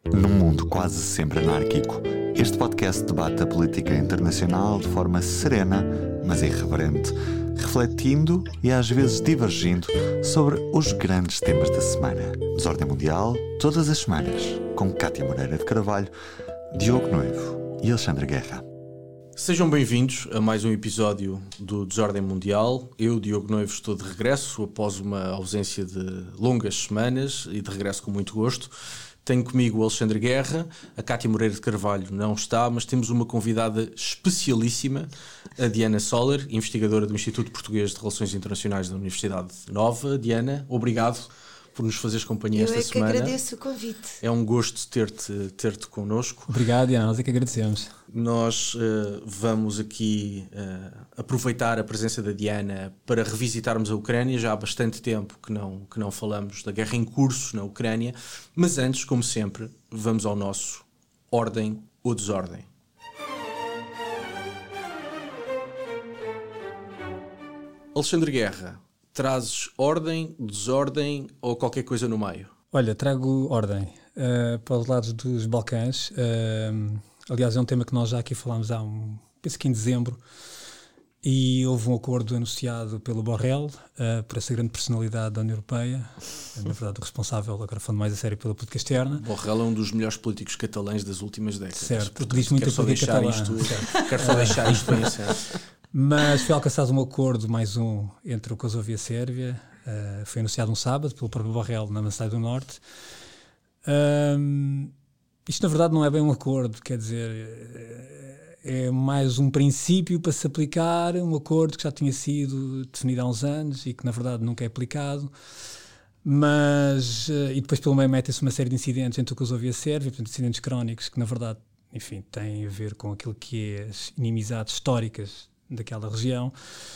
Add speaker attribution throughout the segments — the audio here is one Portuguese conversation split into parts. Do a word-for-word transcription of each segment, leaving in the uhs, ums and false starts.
Speaker 1: Num mundo quase sempre anárquico, este podcast debate a política internacional de forma serena, mas irreverente, refletindo e às vezes divergindo sobre os grandes temas da semana. Desordem Mundial, todas as semanas, com Cátia Moreira de Carvalho, Diogo Noivo e Alexandre Guerra.
Speaker 2: Sejam bem-vindos a mais um episódio do Desordem Mundial. Eu, Diogo Noivo, estou de regresso após uma ausência de longas semanas e de regresso com muito gosto. Tenho comigo o Alexandre Guerra, a Cátia Moreira de Carvalho não está, mas temos uma convidada especialíssima, a Diana Soller, investigadora do Instituto Português de Relações Internacionais da Universidade Nova. Diana, obrigado por nos fazeres companhia
Speaker 3: Eu
Speaker 2: esta
Speaker 3: é que
Speaker 2: semana.
Speaker 3: agradeço o convite.
Speaker 2: É um gosto ter-te, ter-te connosco.
Speaker 4: Obrigado, Diana, nós é que agradecemos.
Speaker 2: Nós uh, vamos aqui uh, aproveitar a presença da Diana para revisitarmos a Ucrânia. Já há bastante tempo que não, que não falamos da guerra em curso na Ucrânia, mas antes, como sempre, vamos ao nosso Ordem ou Desordem. Alexandre Guerra, trazes ordem, desordem ou qualquer coisa no meio?
Speaker 4: Olha, trago ordem uh, para os lados dos Balcãs. Uh, aliás, é um tema que nós já aqui falámos há um, penso que em dezembro, e houve um acordo anunciado pelo Borrell, uh, por essa grande personalidade da União Europeia, na verdade o responsável, agora falando mais a sério, pela política externa.
Speaker 2: Borrell é um dos melhores políticos catalães das últimas décadas.
Speaker 4: Certo,
Speaker 2: portanto,
Speaker 4: diz muito
Speaker 2: quero, só deixar isto, quero só deixar isto bem certo.
Speaker 4: Mas foi alcançado um acordo, mais um, entre o Kosovo e a Sérvia. Uh, foi anunciado um sábado pelo próprio Borrell na Macedónia do Norte. Um, isto, na verdade, não é bem um acordo, quer dizer, é mais um princípio para se aplicar um acordo que já tinha sido definido há uns anos e que, na verdade, nunca é aplicado. Mas, uh, e depois, pelo meio, metem-se uma série de incidentes entre o Kosovo e a Sérvia, portanto, incidentes crónicos que, na verdade, enfim, têm a ver com aquilo que é as inimizades históricas daquela região,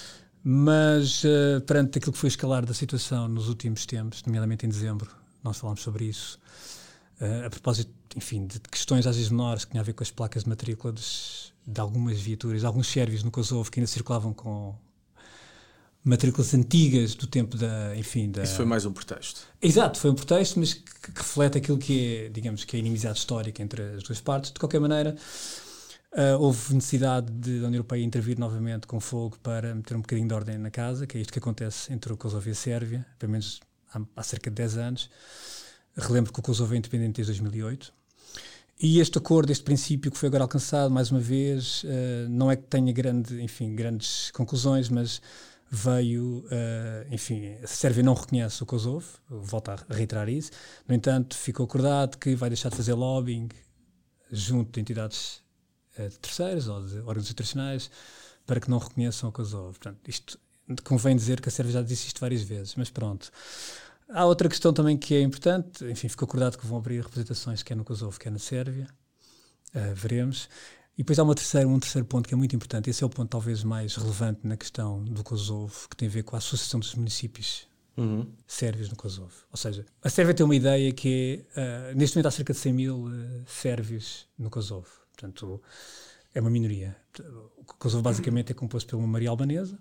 Speaker 4: mas uh, perante aquilo que foi o escalar da situação nos últimos tempos, nomeadamente em dezembro, nós falámos sobre isso, uh, a propósito, enfim, de questões às vezes menores que tinham a ver com as placas de matrícula dos, de algumas viaturas, alguns sérvios no Kosovo que ainda circulavam com matrículas antigas do tempo da, enfim... Da...
Speaker 2: Isso foi mais um pretexto.
Speaker 4: Exato, foi um pretexto, mas que, que reflete aquilo que é, digamos, que é a inimizade histórica entre as duas partes. De qualquer maneira, Uh, houve necessidade de, da União Europeia intervir novamente com fogo para meter um bocadinho de ordem na casa, que é isto que acontece entre o Kosovo e a Sérvia, pelo menos há, há cerca de dez anos. Relembro que o Kosovo é independente desde dois mil e oito. E este acordo, este princípio que foi agora alcançado, mais uma vez, uh, não é que tenha grande, enfim, grandes conclusões, mas veio, uh, enfim, a Sérvia não reconhece o Kosovo, volto a reiterar isso. No entanto, ficou acordado que vai deixar de fazer lobbying junto de entidades de terceiros ou de órgãos internacionais para que não reconheçam o Kosovo. Portanto, isto convém dizer que a Sérvia já disse isto várias vezes, mas pronto. Há outra questão também que é importante, enfim, ficou acordado que vão abrir representações quer no Kosovo, quer na Sérvia, uh, veremos. E depois há uma terceira, um terceiro ponto que é muito importante, esse é o ponto talvez mais relevante na questão do Kosovo, que tem a ver com a associação dos municípios uhum. sérvios no Kosovo. Ou seja, a Sérvia tem uma ideia que é, uh, neste momento há cerca de cem mil uh, sérvios no Kosovo. Portanto, é uma minoria. O Kosovo basicamente é composto por uma maioria albanesa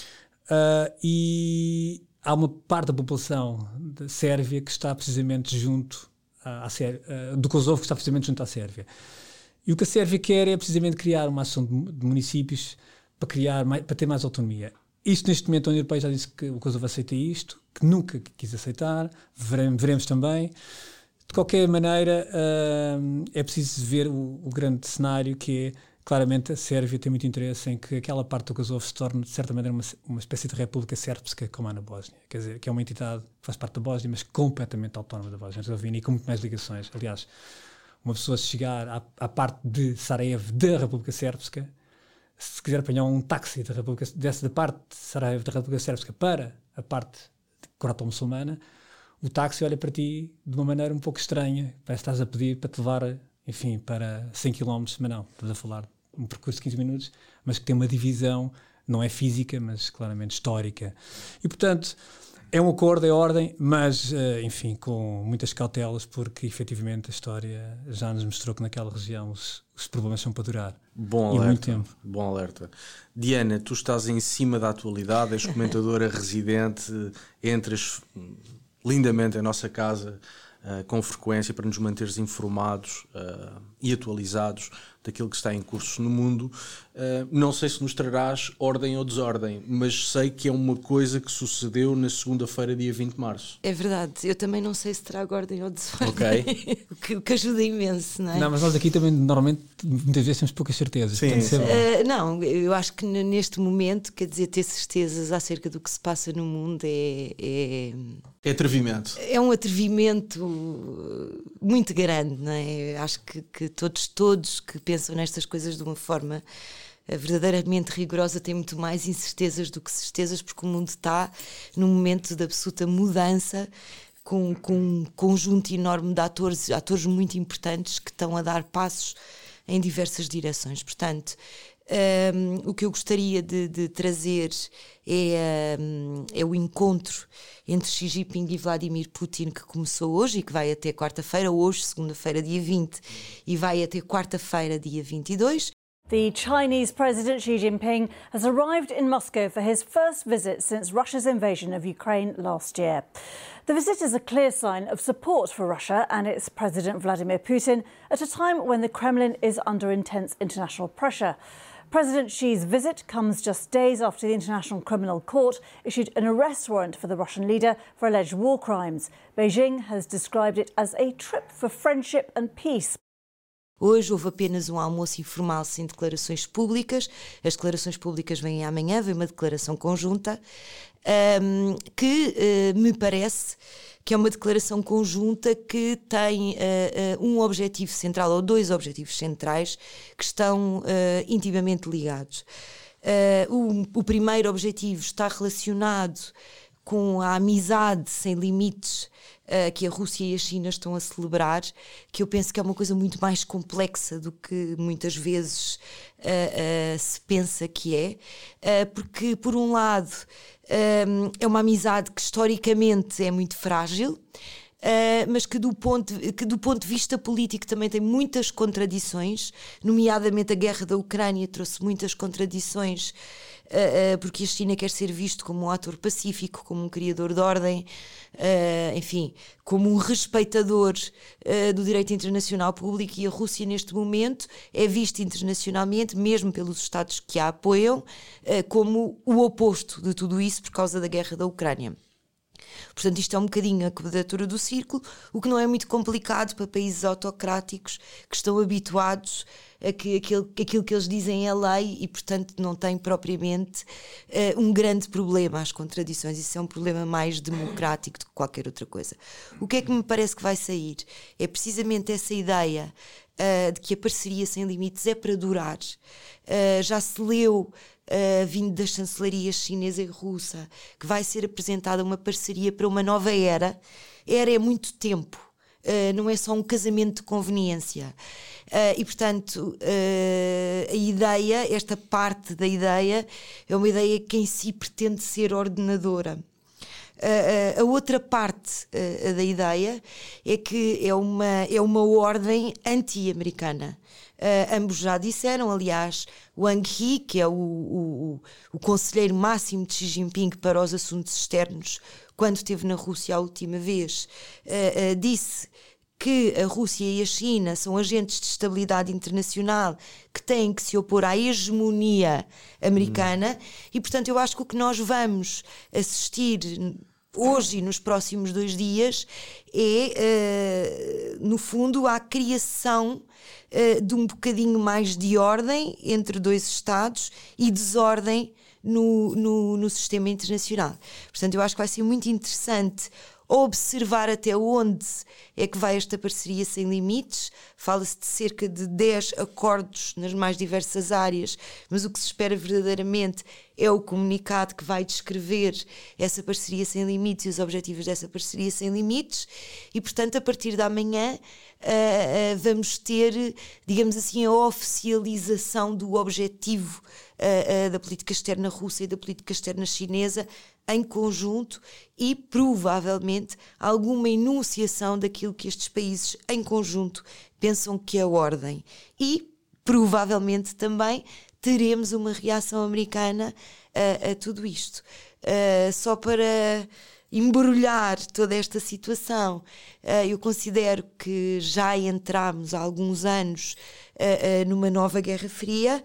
Speaker 4: uh, e há uma parte da população da Sérvia que está precisamente junto à, à Sér- uh, do Kosovo que está precisamente junto à Sérvia. E o que a Sérvia quer é precisamente criar uma ação de, de municípios para, criar mais, para ter mais autonomia. Isto neste momento a União Europeia já disse que o Kosovo aceita isto, que nunca quis aceitar, veremos, veremos também. De qualquer maneira, uh, é preciso ver o, o grande cenário que é, claramente, a Sérvia tem muito interesse em que aquela parte do Kosovo se torne, de certa maneira, uma, uma espécie de república sérbska como há na Bósnia. Quer dizer, que é uma entidade que faz parte da Bósnia, mas completamente autónoma da Bósnia-Herzegovina e com muito mais ligações. Aliás, uma pessoa se chegar à, à parte de Sarajevo da República Sérbska, se quiser apanhar um táxi da, República, dessa, da parte de Sarajevo da República Sérbska para a parte croata-muçulmana, o táxi olha para ti de uma maneira um pouco estranha, parece que estás a pedir para te levar, enfim, para cem quilómetros, mas não, estás a falar de um percurso de quinze minutos, mas que tem uma divisão, não é física, mas claramente histórica. E, portanto, é um acordo, é ordem, mas, enfim, com muitas cautelas, porque, efetivamente, a história já nos mostrou que naquela região os, os problemas são para durar.
Speaker 2: Bom alerta, muito tempo. Bom alerta. Diana, tu estás em cima da atualidade, és comentadora residente, entras lindamente em nossa casa uh, com frequência para nos manteres informados uh, e atualizados daquilo que está em curso no mundo. Uh, não sei se nos trarás ordem ou desordem, mas sei que é uma coisa que sucedeu na segunda-feira, dia vinte de março.
Speaker 3: É verdade, eu também não sei se trago ordem ou desordem,
Speaker 2: okay.
Speaker 3: o, que, o que ajuda imenso, não é?
Speaker 4: Não, mas nós aqui também normalmente muitas vezes temos poucas certezas.
Speaker 2: Sim, sim.
Speaker 3: Uh, não, eu acho que neste momento, quer dizer, ter certezas acerca do que se passa no mundo é... É,
Speaker 2: é atrevimento.
Speaker 3: É um atrevimento muito grande, não é? Acho que, que todos, todos que pensam nestas coisas de uma forma verdadeiramente rigorosa têm muito mais incertezas do que certezas, porque o mundo está num momento de absoluta mudança, com, com um conjunto enorme de atores, atores muito importantes que estão a dar passos em diversas direções. Portanto, um, o que eu gostaria de, de trazer é, um, é o encontro entre Xi Jinping e Vladimir Putin, que começou hoje e que vai até quarta-feira, hoje, segunda-feira, dia vinte, e vai até quarta-feira, dia vinte e dois.
Speaker 5: The Chinese President Xi Jinping has arrived in Moscow for his first visit since Russia's invasion of Ukraine last year. The visit is a clear sign of support for Russia and its President Vladimir Putin at a time when the Kremlin is under intense international pressure. President Xi's visit comes just days after the International Criminal Court issued an arrest warrant for the Russian leader for alleged war crimes. Beijing has described it as a trip for friendship and peace.
Speaker 3: Hoje houve apenas um almoço informal sem declarações públicas. As declarações públicas vêm amanhã, vem uma declaração conjunta, um, que uh, me parece que é uma declaração conjunta que tem uh, uh, um objetivo central, ou dois objetivos centrais, que estão uh, intimamente ligados. Uh, o, o primeiro objetivo está relacionado com a amizade sem limites uh, que a Rússia e a China estão a celebrar, que eu penso que é uma coisa muito mais complexa do que muitas vezes uh, uh, se pensa que é, uh, porque por um lado um, é uma amizade que historicamente é muito frágil, Uh, mas que do, ponto, que do ponto de vista político também tem muitas contradições, nomeadamente a guerra da Ucrânia trouxe muitas contradições, uh, uh, porque a China quer ser visto como um ator pacífico, como um criador de ordem, uh, enfim, como um respeitador uh, do direito internacional público, e a Rússia neste momento é vista internacionalmente, mesmo pelos Estados que a apoiam, uh, como o oposto de tudo isso por causa da guerra da Ucrânia. Portanto, isto é um bocadinho a quadratura do círculo, o que não é muito complicado para países autocráticos que estão habituados a que aquilo, aquilo que eles dizem é lei e, portanto, não têm propriamente uh, um grande problema às contradições. Isso é um problema mais democrático do que qualquer outra coisa. O que é que me parece que vai sair? É precisamente essa ideia uh, de que a parceria sem limites é para durar. Uh, já se leu, Uh, vindo das chancelarias chinesa e russa, que vai ser apresentada uma parceria para uma nova era. Era é muito tempo, uh, não é só um casamento de conveniência. Uh, e, portanto, uh, a ideia, esta parte da ideia, é uma ideia que em si pretende ser ordenadora. Uh, uh, a outra parte uh, da ideia é que é uma, é uma ordem anti-americana. Uh, ambos já disseram, aliás, Wang Yi, que é o, o, o conselheiro máximo de Xi Jinping para os assuntos externos, quando esteve na Rússia a última vez, uh, uh, disse que a Rússia e a China são agentes de estabilidade internacional que têm que se opor à hegemonia americana, hum. e, portanto, eu acho que o que nós vamos assistir hoje e nos próximos dois dias é, uh, no fundo, a criação uh, de um bocadinho mais de ordem entre dois Estados e desordem no, no, no sistema internacional. Portanto, eu acho que vai ser muito interessante observar até onde é que vai esta parceria sem limites. Fala-se de cerca de dez acordos nas mais diversas áreas, mas o que se espera verdadeiramente é o comunicado que vai descrever essa parceria sem limites e os objetivos dessa parceria sem limites, e, portanto, a partir de amanhã uh, uh, vamos ter, digamos assim, a oficialização do objetivo uh, uh, da política externa russa e da política externa chinesa em conjunto, e provavelmente alguma enunciação daquilo que estes países em conjunto pensam que é a ordem. E provavelmente também teremos uma reação americana a, a tudo isto. Uh, só para embrulhar toda esta situação, uh, eu considero que já entramos há alguns anos uh, uh, numa nova Guerra Fria.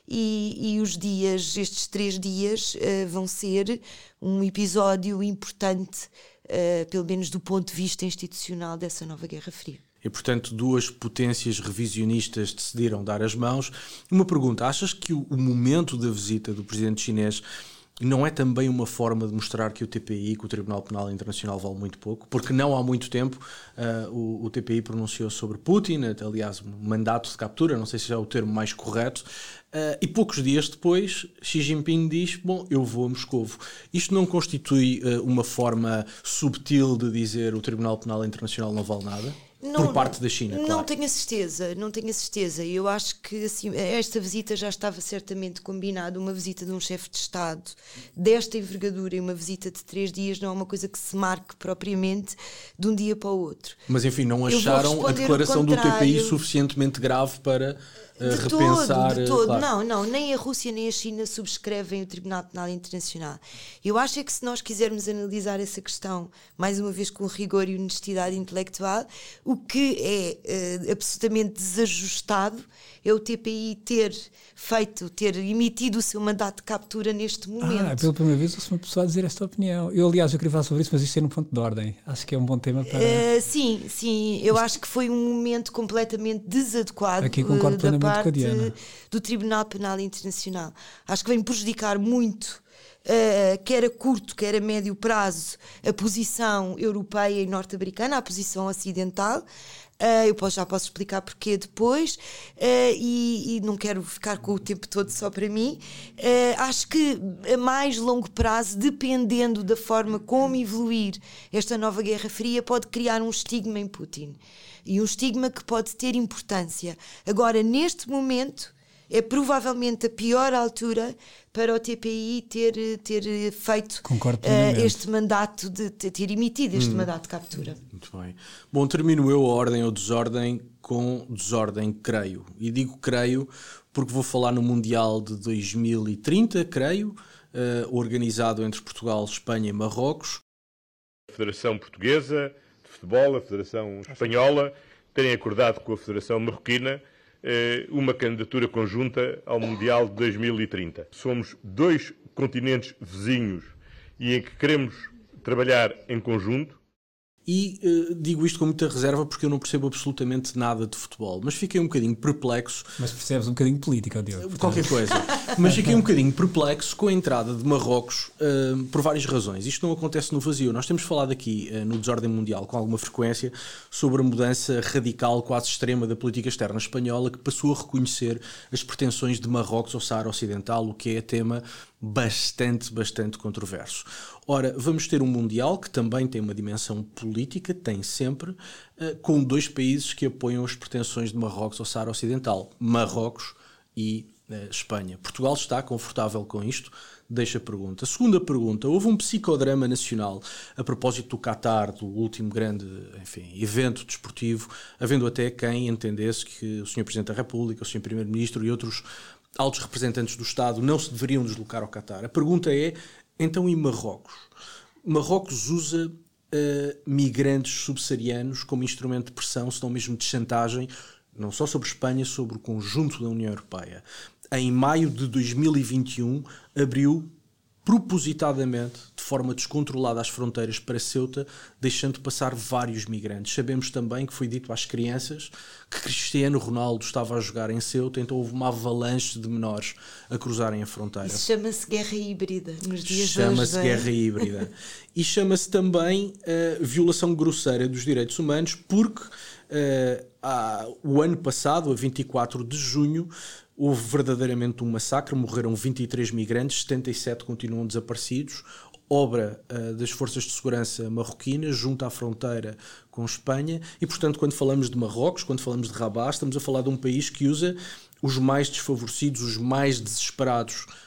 Speaker 3: E, e os dias, estes três dias, uh, vão ser um episódio importante, uh, pelo menos do ponto de vista institucional, dessa nova Guerra Fria.
Speaker 2: E, portanto, duas potências revisionistas decidiram dar as mãos. Uma pergunta, achas que o, o momento da visita do presidente chinês não é também uma forma de mostrar que o T P I, que o Tribunal Penal Internacional, vale muito pouco? Porque não há muito tempo uh, o, o T P I pronunciou sobre Putin, aliás, um mandato de captura, não sei se é o termo mais correto, uh, e poucos dias depois Xi Jinping diz, bom, eu vou a Moscovo. Isto não constitui uh, uma forma subtil de dizer o Tribunal Penal Internacional não vale nada?
Speaker 3: Não,
Speaker 2: por parte da China,
Speaker 3: não
Speaker 2: claro.
Speaker 3: tenho a certeza, não tenho a certeza. Eu acho que assim, esta visita já estava certamente combinada. Uma visita de um chefe de Estado desta envergadura e uma visita de três dias não é uma coisa que se marque propriamente de um dia para o outro.
Speaker 2: Mas enfim, não acharam a declaração do T P I suficientemente grave para uh,
Speaker 3: de
Speaker 2: repensar?
Speaker 3: Todo, de todo.
Speaker 2: Claro.
Speaker 3: Não, não, nem a Rússia nem a China subscrevem o Tribunal Penal Internacional. Eu acho é que se nós quisermos analisar essa questão, mais uma vez com rigor e honestidade intelectual, o que é uh, absolutamente desajustado é o T P I ter feito, ter emitido o seu mandato de captura neste momento.
Speaker 4: Ah, pela primeira vez eu sou uma pessoa a dizer esta opinião. Eu, aliás, eu queria falar sobre isso, mas isto é no ponto de ordem. Acho que é um bom tema para...
Speaker 3: Uh, sim, sim. Eu acho que foi um momento completamente desadequado
Speaker 4: Aqui concordo
Speaker 3: uh, da
Speaker 4: plenamente
Speaker 3: parte
Speaker 4: com a Diana.
Speaker 3: do Tribunal Penal Internacional. Acho que vem prejudicar muito, Uh, quer a curto, quer a médio prazo, a posição europeia e norte-americana, a posição ocidental. Uh, eu posso, já posso explicar porquê depois, uh, e, e não quero ficar com o tempo todo só para mim. Uh, acho que a mais longo prazo, dependendo da forma como evoluir esta nova Guerra Fria, pode criar um estigma em Putin. E um estigma que pode ter importância. Agora, neste momento, é provavelmente a pior altura para o T P I ter, ter feito uh, este mandato, de ter emitido este hum. mandato de captura.
Speaker 2: Muito bem. Bom, termino eu a ordem ou desordem com desordem, creio. E digo creio porque vou falar no Mundial de dois mil e trinta, creio, uh, organizado entre Portugal, Espanha e Marrocos.
Speaker 6: A Federação Portuguesa de Futebol, a Federação Espanhola, terem acordado com a Federação Marroquina uma candidatura conjunta ao Mundial de dois mil e trinta. Somos dois continentes vizinhos e em que queremos trabalhar em conjunto.
Speaker 2: E uh, digo isto com muita reserva porque eu não percebo absolutamente nada de futebol, mas fiquei um bocadinho perplexo.
Speaker 4: Mas percebes um bocadinho de política, Diogo.
Speaker 2: Qualquer coisa. Mas fiquei um bocadinho perplexo com a entrada de Marrocos uh, por várias razões. Isto não acontece no vazio. Nós temos falado aqui uh, no Desordem Mundial com alguma frequência sobre a mudança radical, quase extrema, da política externa espanhola, que passou a reconhecer as pretensões de Marrocos ao Saara Ocidental, o que é tema bastante, bastante controverso. Ora, vamos ter um Mundial que também tem uma dimensão política, tem sempre, uh, com dois países que apoiam as pretensões de Marrocos ao Saara Ocidental, Marrocos e uh, Espanha. Portugal está confortável com isto? Deixa a pergunta. Segunda pergunta, houve um psicodrama nacional a propósito do Qatar, do último grande, enfim, evento desportivo, havendo até quem entendesse que o senhor Presidente da República, o senhor Primeiro-Ministro e outros altos representantes do Estado não se deveriam deslocar ao Qatar. A pergunta é, então e Marrocos? Marrocos usa uh, migrantes subsaarianos como instrumento de pressão, se não mesmo de chantagem, não só sobre Espanha, sobre o conjunto da União Europeia. Em maio de dois mil e vinte e um, abriu propositadamente, de forma descontrolada, as fronteiras para Ceuta, deixando passar vários migrantes. Sabemos também que foi dito às crianças que Cristiano Ronaldo estava a jogar em Ceuta, então houve uma avalanche de menores a cruzarem a fronteira.
Speaker 3: Isso chama-se guerra híbrida nos dias de hoje.
Speaker 2: Chama-se guerra híbrida. E chama-se também uh, violação grosseira dos direitos humanos, porque uh, há, o ano passado, a vinte e quatro de junho, houve verdadeiramente um massacre, morreram vinte e três migrantes, setenta e sete continuam desaparecidos, obra uh, das forças de segurança marroquinas junto à fronteira com Espanha, e portanto quando falamos de Marrocos, quando falamos de Rabat, estamos a falar de um país que usa os mais desfavorecidos, os mais desesperados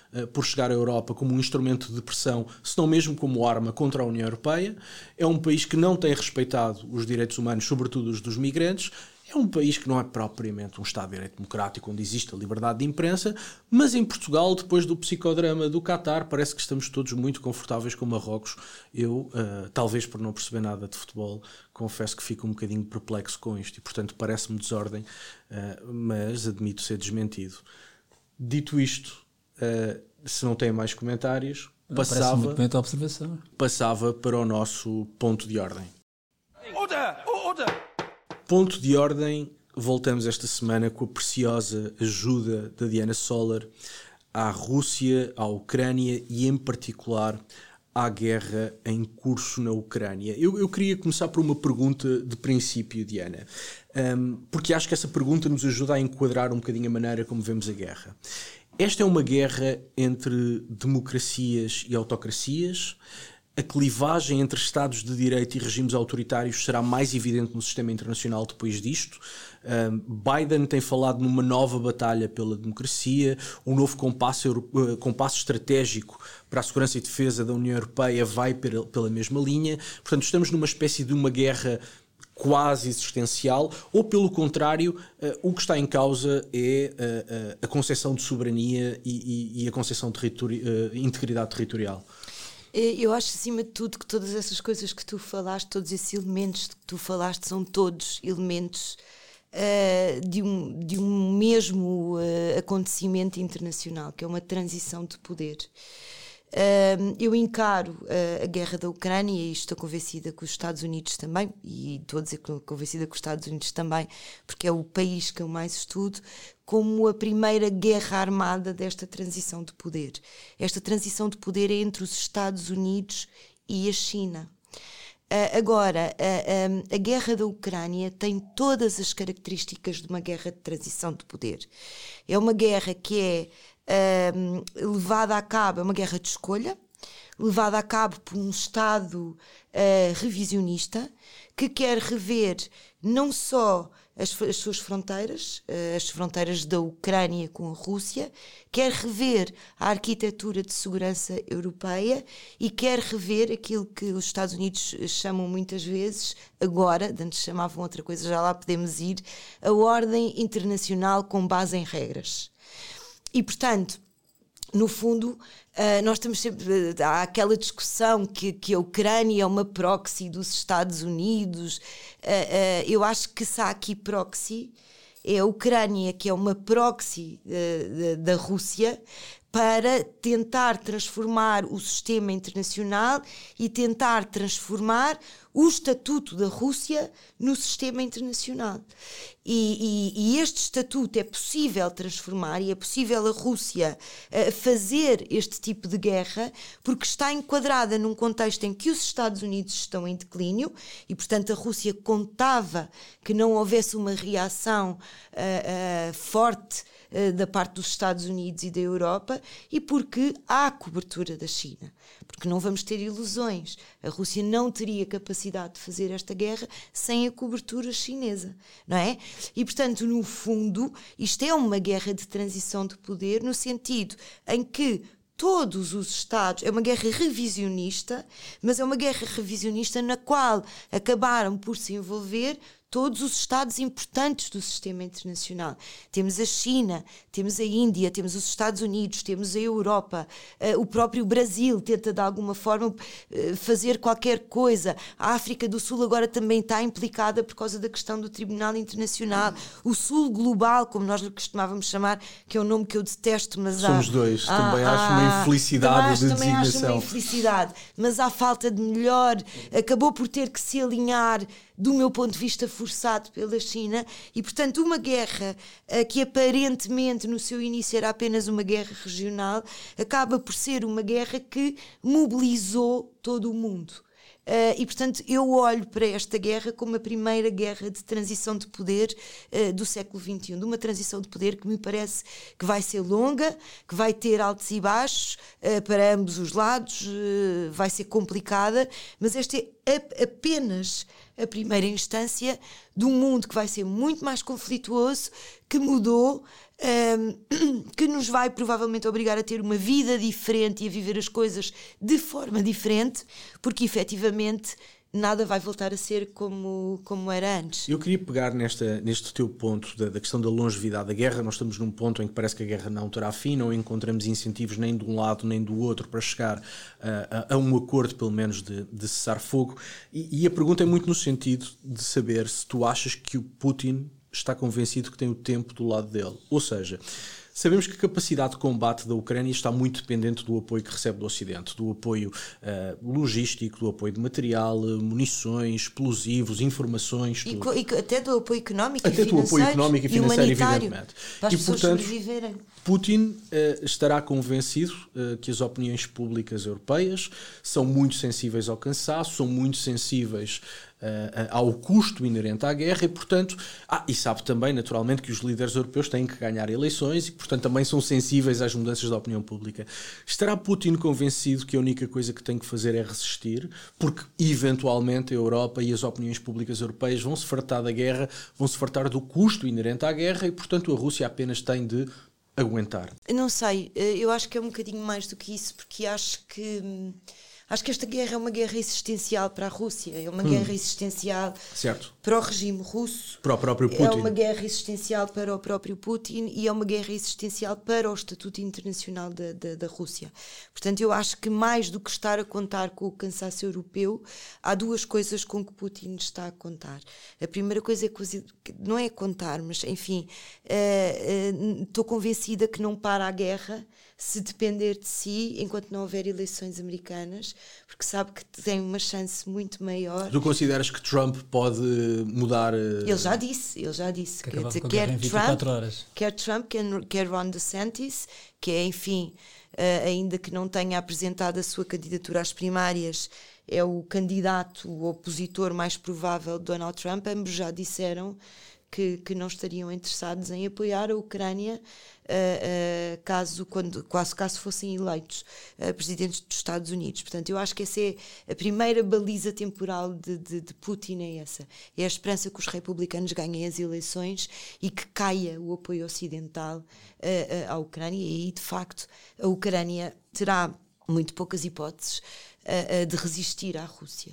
Speaker 2: uh, por chegar à Europa como um instrumento de pressão, se não mesmo como arma contra a União Europeia. É um país que não tem respeitado os direitos humanos, sobretudo os dos migrantes. É um país que não é propriamente um Estado de Direito democrático onde existe a liberdade de imprensa, mas em Portugal, depois do psicodrama do Qatar, parece que estamos todos muito confortáveis com Marrocos. Eu, uh, talvez por não perceber nada de futebol, confesso que fico um bocadinho perplexo com isto e, portanto, parece-me desordem, uh, mas admito ser desmentido. Dito isto, uh, se não tem mais comentários, passava,
Speaker 4: observação.
Speaker 2: passava para o nosso ponto de ordem.
Speaker 7: Order! Order!
Speaker 2: Ponto de ordem, voltamos esta semana com a preciosa ajuda da Diana Solar à Rússia, à Ucrânia e, em particular, à guerra em curso na Ucrânia. Eu, eu queria começar por uma pergunta de princípio, Diana, um, porque acho que essa pergunta nos ajuda a enquadrar um bocadinho a maneira como vemos a guerra. Esta é uma guerra entre democracias e autocracias. A clivagem entre Estados de Direito e regimes autoritários será mais evidente no sistema internacional depois disto. Um, Biden tem falado numa nova batalha pela democracia, um novo compasso, uh, compasso estratégico para a segurança e defesa da União Europeia vai pela, pela mesma linha. Portanto, estamos numa espécie de uma guerra quase existencial, ou pelo contrário, uh, o que está em causa é uh, uh, a concepção de soberania e, e, e a concepção de territori- uh, integridade territorial.
Speaker 3: Eu acho, acima de tudo, que todas essas coisas que tu falaste, todos esses elementos que tu falaste, são todos elementos uh, de, um, de um mesmo uh, acontecimento internacional, que é uma transição de poder. Uh, eu encaro uh, a guerra da Ucrânia, e estou convencida que os Estados Unidos também, e estou a dizer que estou convencida que os Estados Unidos também, porque é o país que eu mais estudo, como a primeira guerra armada desta transição de poder. Esta transição de poder é entre os Estados Unidos e a China. Uh, agora, uh, um, a guerra da Ucrânia tem todas as características de uma guerra de transição de poder. É uma guerra que é uh, levada a cabo, é uma guerra de escolha, levada a cabo por um Estado uh, revisionista que quer rever não só as, as suas fronteiras, uh, as fronteiras da Ucrânia com a Rússia, quer rever a arquitetura de segurança europeia e quer rever aquilo que os Estados Unidos chamam muitas vezes, agora, antes chamavam outra coisa, já lá podemos ir, a ordem internacional com base em regras. E, portanto, no fundo, uh, nós estamos sempre. Uh, há aquela discussão que, que a Ucrânia é uma proxy dos Estados Unidos. Uh, uh, eu acho que se há aqui proxy, é a Ucrânia que é uma proxy uh, da, da Rússia para tentar transformar o sistema internacional e tentar transformar o estatuto da Rússia no sistema internacional. E, e, e este estatuto é possível transformar e é possível a Rússia uh, fazer este tipo de guerra porque está enquadrada num contexto em que os Estados Unidos estão em declínio e, portanto, a Rússia contava que não houvesse uma reação uh, uh, forte uh, da parte dos Estados Unidos e da Europa e porque há cobertura da China. Porque não vamos ter ilusões. A Rússia não teria capacidade de fazer esta guerra sem a cobertura chinesa, não é? E, portanto, no fundo, isto é uma guerra de transição de poder no sentido em que todos os Estados, é uma guerra revisionista, mas é uma guerra revisionista na qual acabaram por se envolver todos os Estados importantes do sistema internacional. Temos a China, temos a Índia, temos os Estados Unidos, temos a Europa, uh, o próprio Brasil tenta de alguma forma uh, fazer qualquer coisa. A África do Sul agora também está implicada por causa da questão do Tribunal Internacional. O Sul Global, como nós lhe costumávamos chamar, que é um nome que eu detesto, mas
Speaker 2: somos
Speaker 3: há,
Speaker 2: dois,
Speaker 3: há,
Speaker 2: também
Speaker 3: há,
Speaker 2: acho uma infelicidade
Speaker 3: também acho,
Speaker 2: de
Speaker 3: também
Speaker 2: designação.
Speaker 3: Acho uma infelicidade, mas há falta de melhor, acabou por ter que se alinhar do meu ponto de vista forçado pela China e, portanto, uma guerra uh, que aparentemente no seu início era apenas uma guerra regional, acaba por ser uma guerra que mobilizou todo o mundo. Uh, e, portanto, eu olho para esta guerra como a primeira guerra de transição de poder uh, do século vinte e um, de uma transição de poder que me parece que vai ser longa, que vai ter altos e baixos uh, para ambos os lados, uh, vai ser complicada, mas esta é a, apenas a primeira instância de um mundo que vai ser muito mais conflituoso, que mudou, um, que nos vai provavelmente obrigar a ter uma vida diferente e a viver as coisas de forma diferente, porque efetivamente nada vai voltar a ser como, como era antes.
Speaker 2: Eu queria pegar nesta, neste teu ponto da, da questão da longevidade da guerra. Nós estamos num ponto em que parece que a guerra não terá fim, não encontramos incentivos nem de um lado nem do outro para chegar a, a, a um acordo, pelo menos, de, de cessar-fogo. E, e a pergunta é muito no sentido de saber se tu achas que o Putin está convencido que tem o tempo do lado dele. Ou seja, sabemos que a capacidade de combate da Ucrânia está muito dependente do apoio que recebe do Ocidente, do apoio uh, logístico, do apoio de material, munições, explosivos, informações,
Speaker 3: e,
Speaker 2: tudo.
Speaker 3: E até do apoio económico
Speaker 2: até
Speaker 3: e financeiro.
Speaker 2: Até do apoio económico e financeiro, evidentemente.
Speaker 3: Para as
Speaker 2: e,
Speaker 3: pessoas
Speaker 2: portanto,
Speaker 3: sobreviverem.
Speaker 2: Putin uh, estará convencido uh, que as opiniões públicas europeias são muito sensíveis ao cansaço, são muito sensíveis Uh, ao custo inerente à guerra e, portanto, ah, e sabe também, naturalmente, que os líderes europeus têm que ganhar eleições e, portanto, também são sensíveis às mudanças da opinião pública. Estará Putin convencido que a única coisa que tem que fazer é resistir, porque, eventualmente, a Europa e as opiniões públicas europeias vão se fartar da guerra, vão se fartar do custo inerente à guerra e, portanto, a Rússia apenas tem de aguentar?
Speaker 3: Não sei, eu acho que é um bocadinho mais do que isso, porque acho que... Acho que esta guerra é uma guerra existencial para a Rússia, é uma hum. guerra existencial
Speaker 2: certo.
Speaker 3: Para o regime russo,
Speaker 2: para o próprio Putin.
Speaker 3: É uma guerra existencial para o próprio Putin e é uma guerra existencial para o Estatuto Internacional da, da, da Rússia. Portanto, eu acho que mais do que estar a contar com o cansaço europeu, há duas coisas com que Putin está a contar. A primeira coisa é que, não é contar, mas enfim, uh, uh, estou convencida que não para a guerra se depender de si enquanto não houver eleições americanas, porque sabe que tem uma chance muito maior.
Speaker 2: Tu consideras que Trump pode mudar? Uh...
Speaker 3: Ele já disse, ele já disse.
Speaker 4: Que
Speaker 3: quer dizer,
Speaker 4: quer Trump, horas.
Speaker 3: quer Trump, quer, quer Ron DeSantis, que é, enfim, uh, ainda que não tenha apresentado a sua candidatura às primárias, é o candidato, o opositor mais provável de Donald Trump. Ambos já disseram que, que não estariam interessados em apoiar a Ucrânia Uh, uh, caso, quando, caso, caso fossem eleitos uh, presidentes dos Estados Unidos. Portanto, eu acho que essa é a primeira baliza temporal de, de, de Putin, é essa. É a esperança que os republicanos ganhem as eleições e que caia o apoio ocidental uh, uh, à Ucrânia, e aí, de facto, a Ucrânia terá muito poucas hipóteses uh, uh, de resistir à Rússia.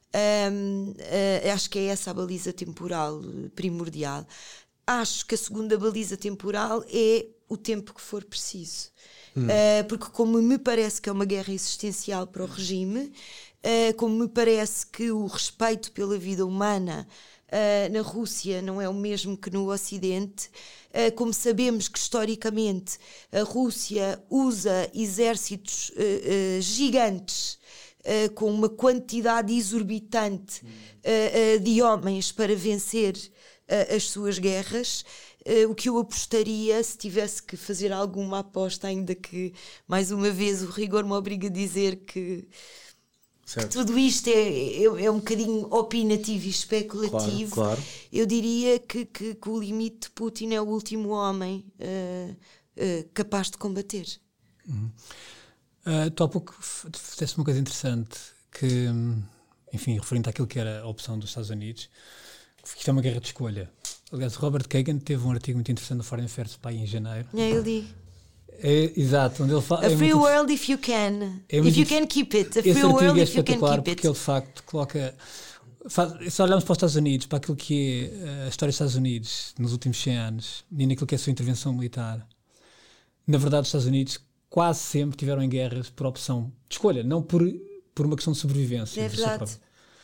Speaker 3: Um, uh, acho que é essa a baliza temporal primordial. Acho que a segunda baliza temporal é o tempo que for preciso. Hum. Uh, porque como me parece que é uma guerra existencial para o regime, uh, como me parece que o respeito pela vida humana uh, na Rússia não é o mesmo que no Ocidente, uh, como sabemos que historicamente a Rússia usa exércitos uh, uh, gigantes, uh, com uma quantidade exorbitante uh, uh, de homens para vencer uh, as suas guerras. Uh, o que eu apostaria, se tivesse que fazer alguma aposta, ainda que, mais uma vez, o rigor me obriga a dizer que, que tudo isto é, é, é um bocadinho opinativo e especulativo,
Speaker 2: claro, claro.
Speaker 3: Eu diria que, que, que o limite de Putin é o último homem uh, uh, capaz de combater.
Speaker 4: Uhum. Uh, tu há pouco fizeste uma coisa interessante, que, enfim, referente àquilo que era a opção dos Estados Unidos, que isto é uma guerra de escolha. Aliás, Robert Kagan teve um artigo muito interessante no Foreign Affairs para aí em janeiro.
Speaker 3: É, eu li.
Speaker 4: É, exato, onde ele fala.
Speaker 3: A
Speaker 4: é
Speaker 3: free
Speaker 4: muito,
Speaker 3: world if you can.
Speaker 4: É
Speaker 3: if you can keep it. A free world
Speaker 4: é
Speaker 3: if you can keep
Speaker 4: porque
Speaker 3: it.
Speaker 4: ele de facto coloca. Faz, se olharmos para os Estados Unidos, para aquilo que é a história dos Estados Unidos nos últimos cem anos e naquilo que é a sua intervenção militar, na verdade, os Estados Unidos quase sempre tiveram em guerras por opção de escolha, não por, por uma questão de sobrevivência.
Speaker 3: É verdade.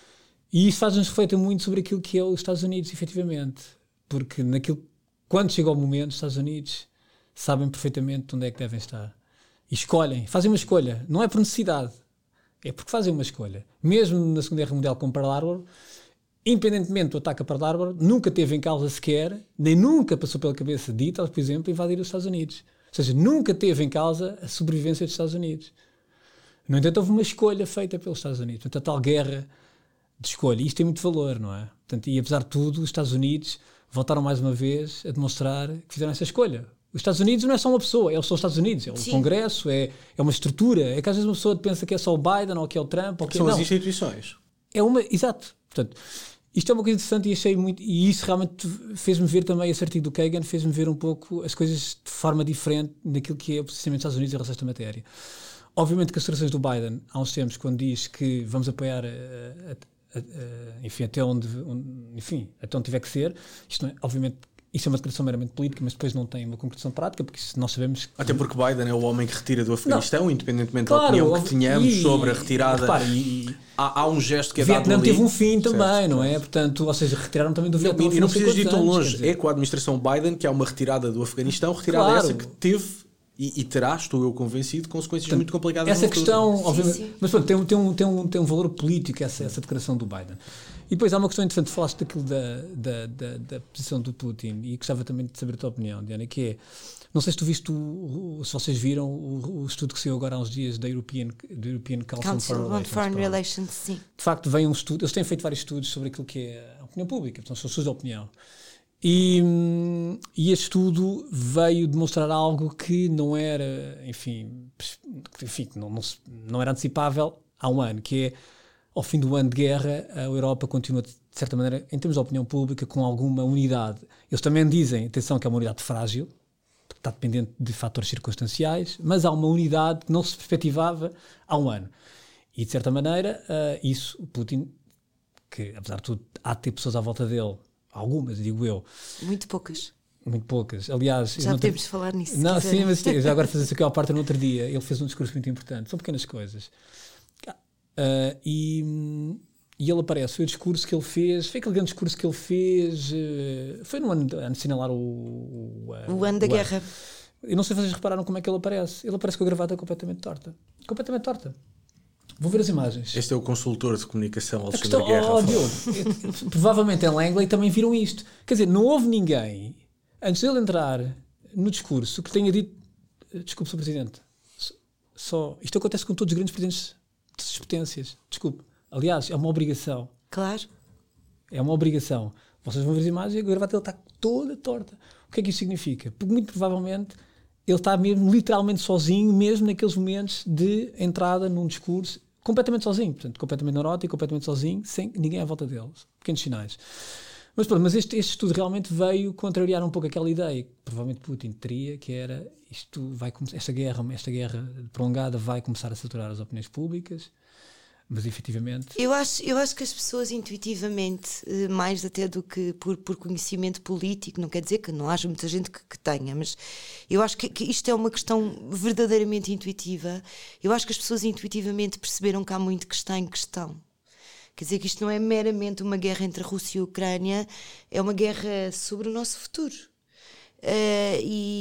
Speaker 4: E isso faz-nos refletir muito sobre aquilo que é os Estados Unidos, efetivamente. Porque naquilo, quando chega o momento, os Estados Unidos sabem perfeitamente onde é que devem estar. E escolhem, fazem uma escolha. Não é por necessidade, é porque fazem uma escolha. Mesmo na Segunda Guerra Mundial com Pearl Harbor, independentemente do ataque a Pearl Harbor, nunca teve em causa sequer, nem nunca passou pela cabeça de Hitler, por exemplo, invadir os Estados Unidos. Ou seja, nunca teve em causa a sobrevivência dos Estados Unidos. No entanto, houve uma escolha feita pelos Estados Unidos. Portanto, a tal guerra de escolha. E isto tem muito valor, não é? Portanto, e apesar de tudo, os Estados Unidos voltaram mais uma vez a demonstrar que fizeram essa escolha. Os Estados Unidos não é só uma pessoa, eles são os Estados Unidos, é o
Speaker 3: Sim.
Speaker 4: Congresso, é, é uma estrutura. É que às vezes uma pessoa pensa que é só o Biden ou que é o Trump. Ou que
Speaker 2: são
Speaker 4: não.
Speaker 2: as instituições.
Speaker 4: É uma, exato. Portanto, isto é uma coisa interessante e achei muito, e isso realmente fez-me ver também, esse artigo do Kagan fez-me ver um pouco as coisas de forma diferente daquilo que é o posicionamento dos Estados Unidos em relação a esta matéria. Obviamente que as declarações do Biden, há uns tempos, quando diz que vamos apoiar, a, a, a, a, enfim, até onde, onde, enfim, até onde tiver que ser, isto não é, obviamente, isso é uma declaração meramente política, mas depois não tem uma concretação prática, porque nós sabemos que...
Speaker 2: Até porque Biden é o homem que retira do Afeganistão, não. independentemente
Speaker 4: claro,
Speaker 2: da opinião que tenhamos
Speaker 4: e,
Speaker 2: sobre a retirada.
Speaker 4: Repare, e,
Speaker 2: há, há um gesto que é
Speaker 4: Vietnã
Speaker 2: dado ali.
Speaker 4: teve um fim também,
Speaker 2: certo,
Speaker 4: não é?
Speaker 2: certo.
Speaker 4: Portanto, ou seja, retiraram também do Vietnã.
Speaker 2: E não, não precisas de ir tão
Speaker 4: anos,
Speaker 2: longe. É com a administração Biden que há uma retirada do Afeganistão, retirada
Speaker 4: claro.
Speaker 2: essa que teve e, e terá, estou eu convencido, consequências portanto, muito complicadas.
Speaker 4: Essa
Speaker 2: no
Speaker 4: questão,
Speaker 2: futuro.
Speaker 4: obviamente,
Speaker 3: sim, sim.
Speaker 4: mas pronto, tem, tem, um, tem, um, tem um valor político essa, essa declaração do Biden. E depois há uma questão interessante, falaste daquilo da, da, da, da posição do Putin e gostava também de saber a tua opinião, Diana, que é, não sei se tu viste, o, o, se vocês viram o, o estudo que saiu agora há uns dias da European, do European Council,
Speaker 3: Council
Speaker 4: on Foreign,
Speaker 3: Foreign
Speaker 4: Relations,
Speaker 3: Relations, sim.
Speaker 4: de facto vem um estudo, eles têm feito vários estudos sobre aquilo que é a opinião pública, portanto são estudos de opinião. E, e este estudo veio demonstrar algo que não era, enfim, enfim não, não, não era antecipável há um ano, que é, ao fim do ano de guerra, a Europa continua, de certa maneira, em termos de opinião pública, com alguma unidade. Eles também dizem, atenção, que é uma unidade frágil, porque está dependente de fatores circunstanciais, mas há uma unidade que não se perspectivava há um ano. E, de certa maneira, uh, isso, o Putin, que, apesar de tudo, há de ter pessoas à volta dele, algumas, digo eu.
Speaker 3: Muito poucas.
Speaker 4: Muito poucas. Aliás...
Speaker 3: Já podemos tenho... falar nisso.
Speaker 4: Não, sim, mas já agora fazer-se aqui ao parte no outro dia. Ele fez um discurso muito importante. São pequenas coisas. Uh, e, e ele aparece, foi o discurso que ele fez, foi aquele grande discurso que ele fez, uh, foi no ano de assinalar o, o,
Speaker 3: o, o ano da o guerra.
Speaker 4: Ano. Eu não sei se vocês repararam como é que ele aparece. Ele aparece com a gravata completamente torta. Completamente torta. Vou ver as imagens.
Speaker 2: Este é o consultor de comunicação, Alexandre
Speaker 4: questão,
Speaker 2: Guerra.
Speaker 4: Oh, Diogo, provavelmente em Langley também viram isto. Quer dizer, não houve ninguém, antes dele entrar no discurso, que tenha dito, desculpe, senhor Presidente, só, isto acontece com todos os grandes presidentes das potências, desculpe. Aliás, é uma obrigação.
Speaker 3: Claro.
Speaker 4: É uma obrigação. Vocês vão ver as imagens e a gravata dele está toda torta. O que é que isso significa? Porque muito provavelmente ele está mesmo literalmente sozinho, mesmo naqueles momentos de entrada num discurso, completamente sozinho, portanto, completamente neurótico, completamente sozinho, sem ninguém à volta dele. Pequenos sinais. Mas, pronto, mas este, este estudo realmente veio contrariar um pouco aquela ideia que provavelmente Putin teria, que era isto vai esta guerra, esta guerra prolongada vai começar a saturar as opiniões públicas, mas efetivamente...
Speaker 3: Eu acho, eu acho que as pessoas intuitivamente, mais até do que por, por conhecimento político, não quer dizer que não haja muita gente que, que tenha, mas eu acho que, que isto é uma questão verdadeiramente intuitiva. Eu acho que as pessoas intuitivamente perceberam que há muito que está em questão. Quer dizer que isto não é meramente uma guerra entre a Rússia e a Ucrânia, é uma guerra sobre o nosso futuro. Uh,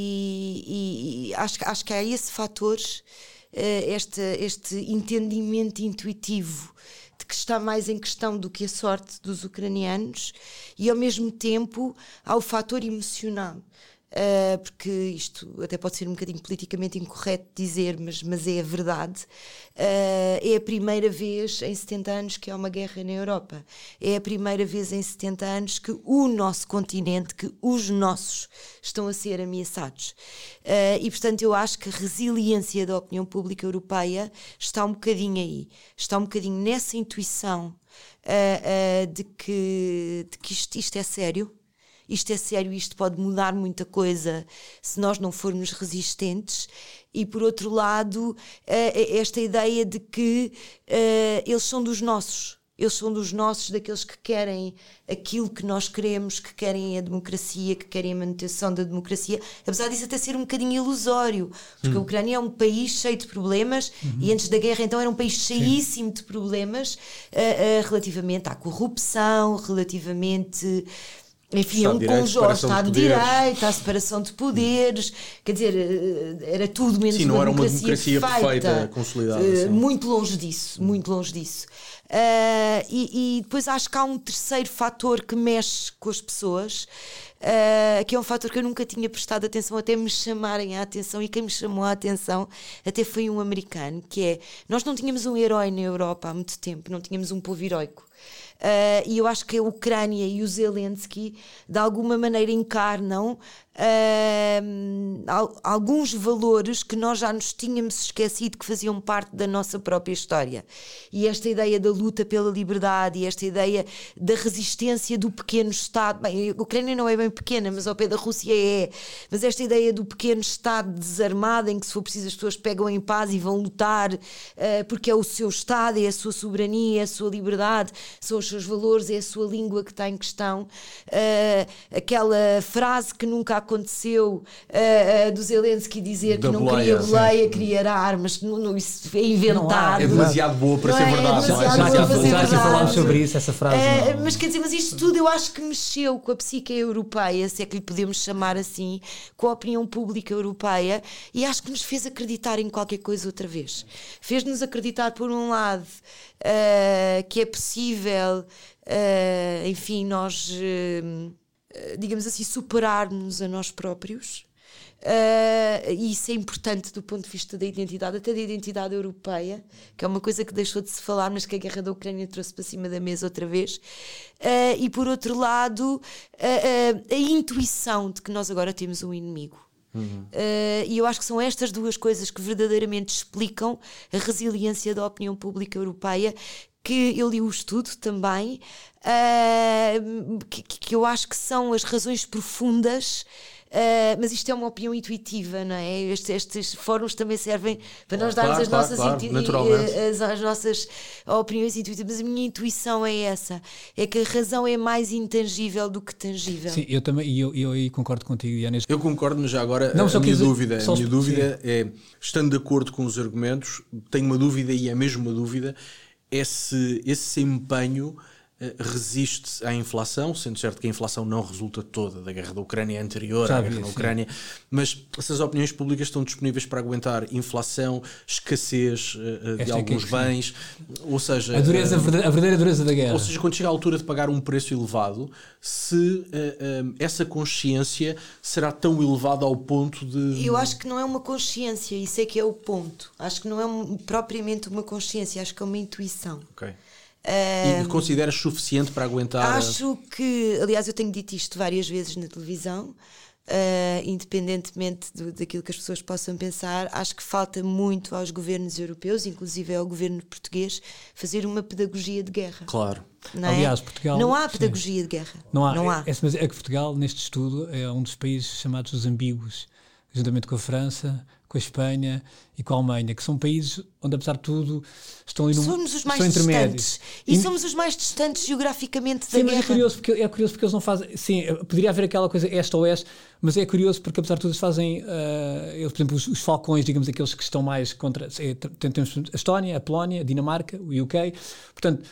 Speaker 3: e e acho, acho que há esse fator, uh, este, este entendimento intuitivo de que está mais em questão do que a sorte dos ucranianos, e ao mesmo tempo há o fator emocional. Uh, porque isto até pode ser um bocadinho politicamente incorreto dizer, mas, mas é a verdade. Uh, é a primeira vez em setenta anos que há uma guerra na Europa. É a primeira vez em setenta anos que o nosso continente, que os nossos estão a ser ameaçados. Uh, e, portanto, eu acho que a resiliência da opinião pública europeia está um bocadinho aí. Está um bocadinho nessa intuição uh, uh, de que, de que isto, isto é sério. Isto é sério, isto pode mudar muita coisa se nós não formos resistentes. E, por outro lado, esta ideia de que uh, eles são dos nossos. Eles são dos nossos, daqueles que querem aquilo que nós queremos, que querem a democracia, que querem a manutenção da democracia, apesar disso até ser um bocadinho ilusório, porque hum. a Ucrânia é um país cheio de problemas, uhum. e antes da guerra então era um país cheíssimo Sim. de problemas, uh, uh, relativamente à corrupção, relativamente... Enfim, é um conjunto, ao Estado de Direito, à separação de poderes, quer dizer, era tudo menos
Speaker 2: sim,
Speaker 3: uma,
Speaker 2: não era uma
Speaker 3: democracia,
Speaker 2: democracia
Speaker 3: perfeita,
Speaker 2: perfeita, consolidada.
Speaker 3: Uh, muito longe disso, muito longe disso. Uh, e, e depois acho que há um terceiro fator que mexe com as pessoas, uh, que é um fator que eu nunca tinha prestado atenção até me chamarem a atenção, e quem me chamou a atenção até foi um americano, que é, nós não tínhamos um herói na Europa há muito tempo, não tínhamos um povo heroico. Uh, e eu acho que a Ucrânia e o Zelensky de alguma maneira encarnam uh, alguns valores que nós já nos tínhamos esquecido que faziam parte da nossa própria história. E esta ideia da luta pela liberdade e esta ideia da resistência do pequeno Estado, bem, a Ucrânia não é bem pequena, mas ao pé da Rússia é, mas esta ideia do pequeno Estado desarmado em que se for preciso as pessoas pegam em paz e vão lutar uh, porque é o seu Estado, é a sua soberania, é a sua liberdade, são os seus valores, é a sua língua que está em questão. Uh, aquela frase que nunca aconteceu uh, uh, do Zelensky dizer
Speaker 2: da
Speaker 3: que não
Speaker 2: boleia,
Speaker 3: queria boleia, queria armas, não, não, isso é inventado.
Speaker 2: É demasiado boa para
Speaker 3: não
Speaker 2: ser
Speaker 3: é,
Speaker 2: verdade.
Speaker 3: É
Speaker 2: não é?
Speaker 3: demasiado boa para ser
Speaker 4: Já
Speaker 3: verdade.
Speaker 4: falámos sobre isso, essa frase.
Speaker 3: Uh, mas quer dizer, mas isto tudo eu acho que mexeu com a psique europeia, se é que lhe podemos chamar assim, com a opinião pública europeia, e acho que nos fez acreditar em qualquer coisa outra vez. Fez-nos acreditar, por um lado, uh, que é possível, uh, enfim, nós, uh, digamos assim, superarmos a nós próprios. Uh, e isso é importante do ponto de vista da identidade, até da identidade europeia, que é uma coisa que deixou de se falar, mas que a guerra da Ucrânia trouxe para cima da mesa outra vez. Uh, e por outro lado, uh, uh, a intuição de que nós agora temos um inimigo. Uhum. Uh, e eu acho que são estas duas coisas que verdadeiramente explicam a resiliência da opinião pública europeia, que eu li o estudo também, uh, que, que eu acho que são as razões profundas. Uh, mas isto é uma opinião intuitiva, não é? Estes, estes fóruns também servem para nós darmos
Speaker 2: claro,
Speaker 3: as,
Speaker 2: claro,
Speaker 3: nossas
Speaker 2: claro,
Speaker 3: intu-
Speaker 2: naturalmente.
Speaker 3: as, as nossas opiniões intuitivas. Mas a minha intuição é essa, é que a razão é mais intangível do que tangível.
Speaker 4: Sim, eu também, e eu, eu aí concordo contigo, Diana.
Speaker 2: Eu concordo, mas já agora
Speaker 4: Não,
Speaker 2: a,
Speaker 4: só
Speaker 2: minha
Speaker 4: dizer,
Speaker 2: dúvida, a
Speaker 4: só
Speaker 2: minha
Speaker 4: se-
Speaker 2: dúvida é, estando de acordo com os argumentos, tenho uma dúvida, e é mesmo uma dúvida, é se esse empenho resiste à inflação, sendo certo que a inflação não resulta toda da guerra da Ucrânia, é anterior
Speaker 4: Já
Speaker 2: à
Speaker 4: vi,
Speaker 2: guerra da
Speaker 4: sim.
Speaker 2: Ucrânia, mas essas opiniões públicas estão disponíveis para aguentar inflação, escassez uh, de
Speaker 4: Esta é
Speaker 2: alguns
Speaker 4: que é que
Speaker 2: bens, ou seja...
Speaker 4: A dureza,
Speaker 2: uh,
Speaker 4: a verdadeira- a verdadeira dureza da guerra.
Speaker 2: Ou seja, quando chega a altura de pagar um preço elevado, se uh, um, essa consciência será tão elevada ao ponto de...
Speaker 3: Eu acho que não é uma consciência, isso é que é o ponto. Acho que não é um, propriamente uma consciência, acho que é uma intuição.
Speaker 2: Ok. E consideras suficiente para aguentar?
Speaker 3: Acho que, aliás, eu tenho dito isto várias vezes na televisão, uh, independentemente do, daquilo que as pessoas possam pensar, acho que falta muito aos governos europeus, inclusive ao governo português, fazer uma pedagogia de guerra.
Speaker 2: Claro.
Speaker 3: Não é?
Speaker 4: Aliás, Portugal-
Speaker 3: Não há
Speaker 4: sim.
Speaker 3: pedagogia de guerra.
Speaker 4: Não há.
Speaker 3: Não há.
Speaker 4: É, é, mas é que Portugal, neste estudo, é um dos países chamados os ambíguos, juntamente com a França, com a Espanha e com a Alemanha, que são países onde, apesar de tudo, estão ali no
Speaker 3: Somos os mais
Speaker 4: estão intermédios.
Speaker 3: distantes. E, e somos os mais distantes geograficamente da
Speaker 4: Sim, mas
Speaker 3: guerra.
Speaker 4: é curioso, porque, é curioso porque eles não fazem. Sim, poderia haver aquela coisa este-oeste, mas é curioso porque, apesar de tudo, eles fazem. Uh, eles, por exemplo, os, os falcões, digamos, aqueles que estão mais contra. É, temos a Estónia, a Polónia, a Dinamarca, o U K. Portanto,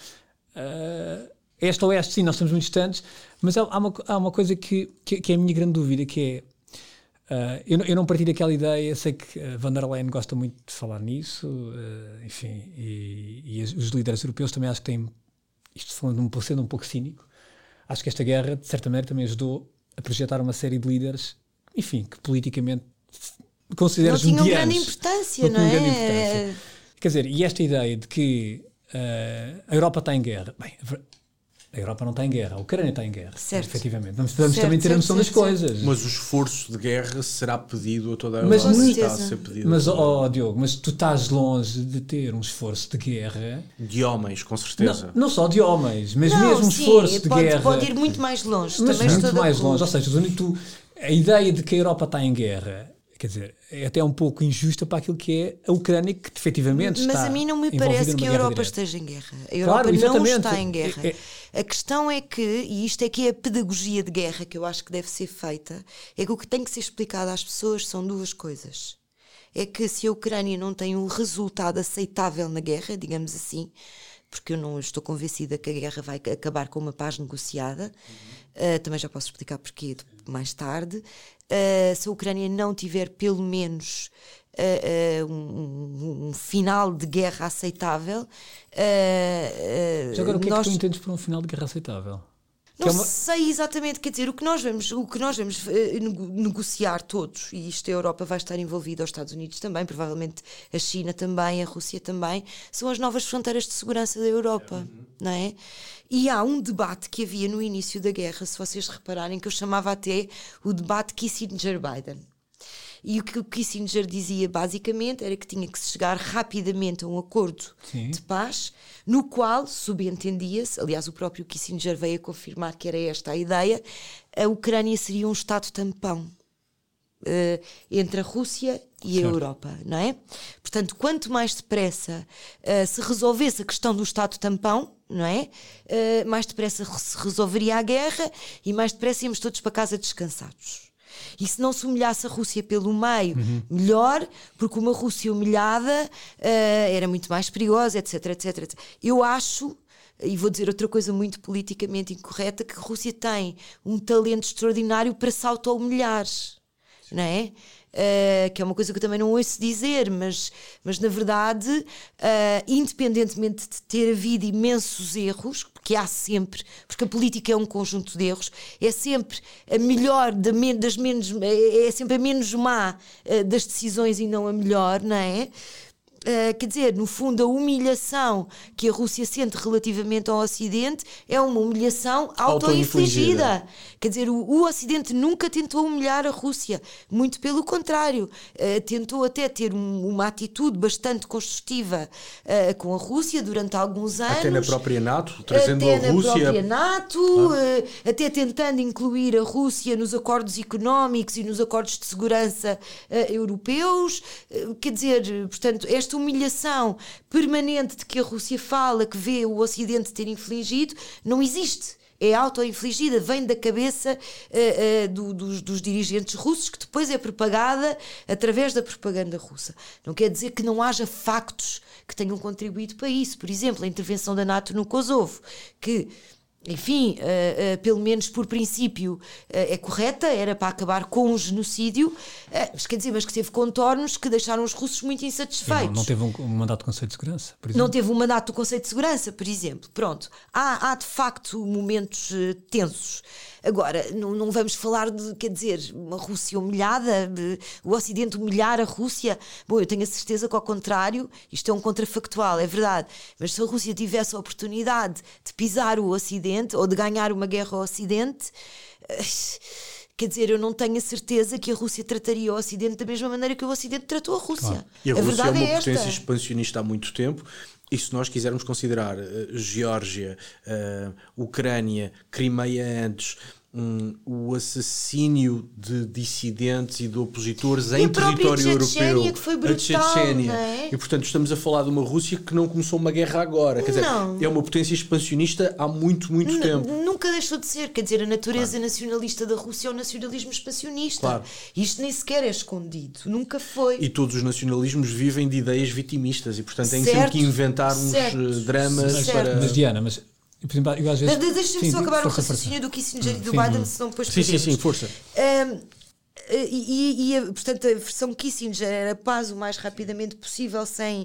Speaker 4: uh, este-oeste, sim, nós estamos muito distantes, mas há, há, uma, há uma coisa que, que, que é a minha grande dúvida, que é. Uh, eu, eu não partilho aquela ideia, sei que uh, Van der Leyen gosta muito de falar nisso, uh, enfim, e, e os líderes europeus também acho que têm, isto falando um, sendo um pouco cínico, acho que esta guerra, de certa maneira, também ajudou a projetar uma série de líderes, enfim, que politicamente consideras
Speaker 3: não tinham
Speaker 4: medianos.
Speaker 3: grande importância, não,
Speaker 4: tinham
Speaker 3: é?
Speaker 4: grande importância. Quer dizer, e esta ideia de que uh, a Europa está em guerra, bem, a Europa não está em guerra, a Ucrânia está em guerra,
Speaker 3: certo.
Speaker 4: efetivamente. Vamos, vamos
Speaker 3: certo,
Speaker 4: também ter a noção
Speaker 3: certo,
Speaker 4: das
Speaker 3: certo,
Speaker 4: coisas.
Speaker 2: Mas o esforço de guerra será pedido a toda a
Speaker 4: Mas
Speaker 2: Europa.
Speaker 4: muito-
Speaker 2: Está a ser pedido
Speaker 4: Mas,
Speaker 2: a toda a
Speaker 4: ó
Speaker 2: Europa.
Speaker 4: Diogo, mas tu estás longe de ter um esforço de guerra,
Speaker 2: De homens, com certeza.
Speaker 4: não, não só de homens, mas
Speaker 3: Não,
Speaker 4: mesmo um
Speaker 3: sim,
Speaker 4: esforço de
Speaker 3: pode,
Speaker 4: guerra.
Speaker 3: pode ir muito mais longe.
Speaker 4: mas
Speaker 3: também
Speaker 4: muito
Speaker 3: estou de
Speaker 4: mais
Speaker 3: acordo.
Speaker 4: longe. Ou seja, tu, a ideia de que a Europa está em guerra, quer dizer, é até um pouco injusta para aquilo que é a Ucrânia, que efetivamente
Speaker 3: Mas
Speaker 4: está
Speaker 3: a mim não me
Speaker 4: envolvida
Speaker 3: parece
Speaker 4: numa
Speaker 3: que a
Speaker 4: guerra
Speaker 3: Europa
Speaker 4: direta.
Speaker 3: esteja em guerra. A Europa
Speaker 4: Claro,
Speaker 3: não
Speaker 4: exatamente.
Speaker 3: está em guerra.
Speaker 4: É- é-
Speaker 3: A questão é que, e isto é que é a pedagogia de guerra que eu acho que deve ser feita, é que o que tem que ser explicado às pessoas são duas coisas. É que se a Ucrânia não tem um resultado aceitável na guerra, digamos assim, porque eu não estou convencida que a guerra vai acabar com uma paz negociada, uhum. uh, também já posso explicar porquê mais tarde, uh, se a Ucrânia não tiver pelo menos uh, uh, um, um final de guerra aceitável... Uh, uh,
Speaker 4: Já agora, o que
Speaker 3: nós...
Speaker 4: é que tu entendes por um final de guerra aceitável?
Speaker 3: Não é uma... sei exatamente, quer dizer, o que nós vamos, o que nós vamos uh, negociar todos, e isto a Europa vai estar envolvida, os Estados Unidos também, provavelmente a China também, a Rússia também, são as novas fronteiras de segurança da Europa, uhum. não é? E há um debate que havia no início da guerra, se vocês repararem, que eu chamava até o debate Kissinger-Biden. E o que o Kissinger dizia basicamente era que tinha que se chegar rapidamente a um acordo Sim. de paz, no qual subentendia-se, aliás o próprio Kissinger veio a confirmar que era esta a ideia, a Ucrânia seria um Estado tampão uh, entre a Rússia e certo. a Europa, não é? Portanto, quanto mais depressa uh, se resolvesse a questão do Estado tampão, não é? Uh, mais depressa se resolveria a guerra e mais depressa íamos todos para casa descansados. E se não se humilhasse a Rússia pelo meio, uhum. melhor, porque uma Rússia humilhada uh, era muito mais perigosa, etc, etc, etcétera. Eu acho, e vou dizer outra coisa muito politicamente incorreta, que a Rússia tem um talento extraordinário para se auto-humilhar, não é? Uh, que é uma coisa que eu também não ouço dizer, mas, mas na verdade, uh, independentemente de ter havido imensos erros, porque há sempre, porque a política é um conjunto de erros, é sempre a melhor da men- das menos, é sempre a menos má uh, das decisões e não a melhor, não é? Uh, quer dizer, no fundo, a humilhação que a Rússia sente relativamente ao Ocidente é uma humilhação auto-infligida. Quer dizer, o, o Ocidente nunca tentou humilhar a Rússia, muito pelo contrário, uh, tentou até ter um, uma atitude bastante construtiva uh, com a Rússia durante alguns anos.
Speaker 2: Até na própria NATO, trazendo
Speaker 3: até
Speaker 2: a Rússia...
Speaker 3: Até na própria NATO, ah. uh, até tentando incluir a Rússia nos acordos económicos e nos acordos de segurança uh, europeus. Uh, quer dizer, portanto, esta humilhação permanente de que a Rússia fala, que vê o Ocidente ter infligido, não existe. É auto-infligida, vem da cabeça uh, uh, do, dos, dos dirigentes russos, que depois é propagada através da propaganda russa. Não quer dizer que não haja factos que tenham contribuído para isso. Por exemplo, a intervenção da NATO no Kosovo, que... enfim, uh, uh, pelo menos por princípio uh, é correta, era para acabar com o genocídio, uh, mas quer dizer, mas que teve contornos que deixaram os russos muito insatisfeitos.
Speaker 4: Não, não teve um, um mandato do Conselho de Segurança, por exemplo?
Speaker 3: Não teve um mandato do Conselho de Segurança, por exemplo. Pronto, há, há de facto momentos uh, tensos. Agora, não, não vamos falar de, quer dizer, uma Rússia humilhada, de, o Ocidente humilhar a Rússia. Bom, eu tenho a certeza que ao contrário, isto é um contrafactual, é verdade, mas se a Rússia tivesse a oportunidade de pisar o Ocidente ou de ganhar uma guerra ao Ocidente, quer dizer, eu não tenho a certeza que a Rússia trataria o Ocidente da mesma maneira que o Ocidente tratou a Rússia.
Speaker 2: Claro. E a, a Rússia é uma é potência expansionista há muito tempo. E se nós quisermos considerar uh, Geórgia, uh, Ucrânia, Crimeia antes, um, o assassínio de dissidentes e de opositores
Speaker 3: e
Speaker 2: em território europeu,
Speaker 3: que foi brutal,
Speaker 2: a Chechênia,
Speaker 3: é?
Speaker 2: E portanto estamos a falar de uma Rússia que não começou uma guerra agora, quer
Speaker 3: não.
Speaker 2: dizer, é uma potência expansionista há muito, muito
Speaker 3: N-
Speaker 2: tempo.
Speaker 3: Nunca deixou de ser, quer dizer, a natureza
Speaker 2: claro.
Speaker 3: nacionalista da Rússia é o nacionalismo expansionista.
Speaker 2: Claro.
Speaker 3: Isto nem sequer é escondido, nunca foi.
Speaker 2: E todos os nacionalismos vivem de ideias vitimistas e portanto têm sempre que inventar uns
Speaker 3: certo.
Speaker 2: dramas
Speaker 4: mas,
Speaker 2: para...
Speaker 4: Mas Diana, mas... Por exemplo, eu às vezes...
Speaker 3: Deixa-me só acabar o raciocínio do Kissinger e do
Speaker 4: sim,
Speaker 3: Biden,
Speaker 4: sim.
Speaker 3: senão depois
Speaker 2: sim,
Speaker 3: perdemos.
Speaker 2: sim, sim, força.
Speaker 3: Um, e, e, e, portanto, a versão Kissinger era paz o mais rapidamente possível, sem,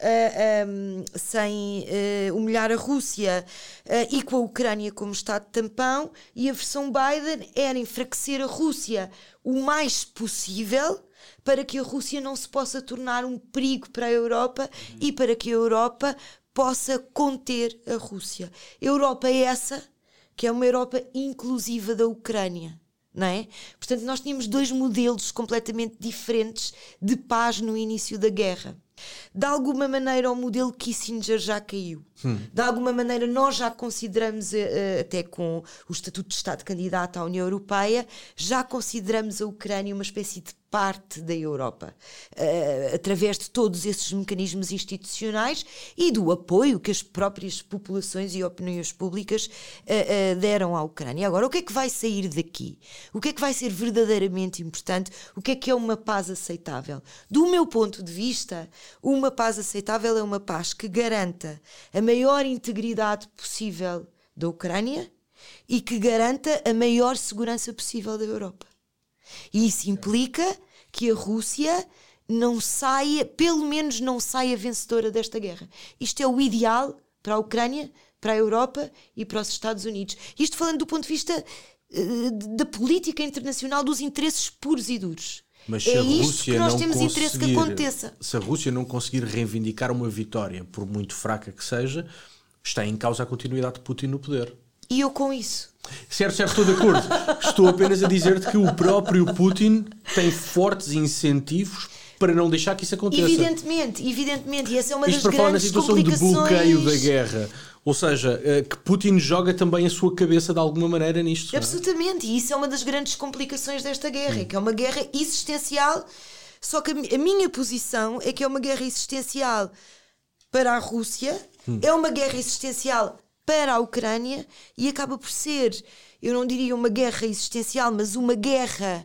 Speaker 3: uh, um, sem uh, humilhar a Rússia uh, e com a Ucrânia como Estado tampão, e a versão Biden era enfraquecer a Rússia o mais possível para que a Rússia não se possa tornar um perigo para a Europa e para que a Europa possa conter a Rússia. A Europa é essa, que é uma Europa inclusiva da Ucrânia, não é? Portanto, nós tínhamos dois modelos completamente diferentes de paz no início da guerra. De alguma maneira o modelo Kissinger já caiu. Hum. De alguma maneira nós já consideramos, uh, até com o Estatuto de Estado Candidato à União Europeia, já consideramos a Ucrânia uma espécie de parte da Europa, uh, através de todos esses mecanismos institucionais e do apoio que as próprias populações e opiniões públicas uh, uh, deram à Ucrânia. Agora, o que é que vai sair daqui? O que é que vai ser verdadeiramente importante? O que é que é uma paz aceitável? Do meu ponto de vista, uma paz aceitável é uma paz que garanta a maior integridade possível da Ucrânia e que garanta a maior segurança possível da Europa. E isso implica que a Rússia não saia, pelo menos não saia vencedora desta guerra. Isto é o ideal para a Ucrânia, para a Europa e para os Estados Unidos. Isto falando do ponto de vista uh, da política internacional, dos interesses puros e duros.
Speaker 2: Mas
Speaker 3: é
Speaker 2: se a
Speaker 3: isto
Speaker 2: Rússia
Speaker 3: que nós
Speaker 2: não
Speaker 3: temos interesse que aconteça.
Speaker 2: Se a Rússia não conseguir reivindicar uma vitória, por muito fraca que seja, está em causa a continuidade de Putin no poder.
Speaker 3: E eu com isso.
Speaker 2: Certo, certo, estou de acordo. Estou apenas a dizer-te que o próprio Putin tem fortes incentivos para não deixar que isso aconteça.
Speaker 3: Evidentemente, evidentemente. E essa é uma
Speaker 2: Isto
Speaker 3: das
Speaker 2: para falar na
Speaker 3: grandes
Speaker 2: situação de
Speaker 3: complicações.
Speaker 2: bloqueio da guerra. Ou seja, que Putin joga também a sua cabeça de alguma maneira nisto.
Speaker 3: Absolutamente. E isso é uma das grandes complicações desta guerra, hum. que é uma guerra existencial. Só que a minha posição é que é uma guerra existencial para a Rússia, hum. é uma guerra existencial para a Ucrânia e acaba por ser, eu não diria uma guerra existencial, mas uma guerra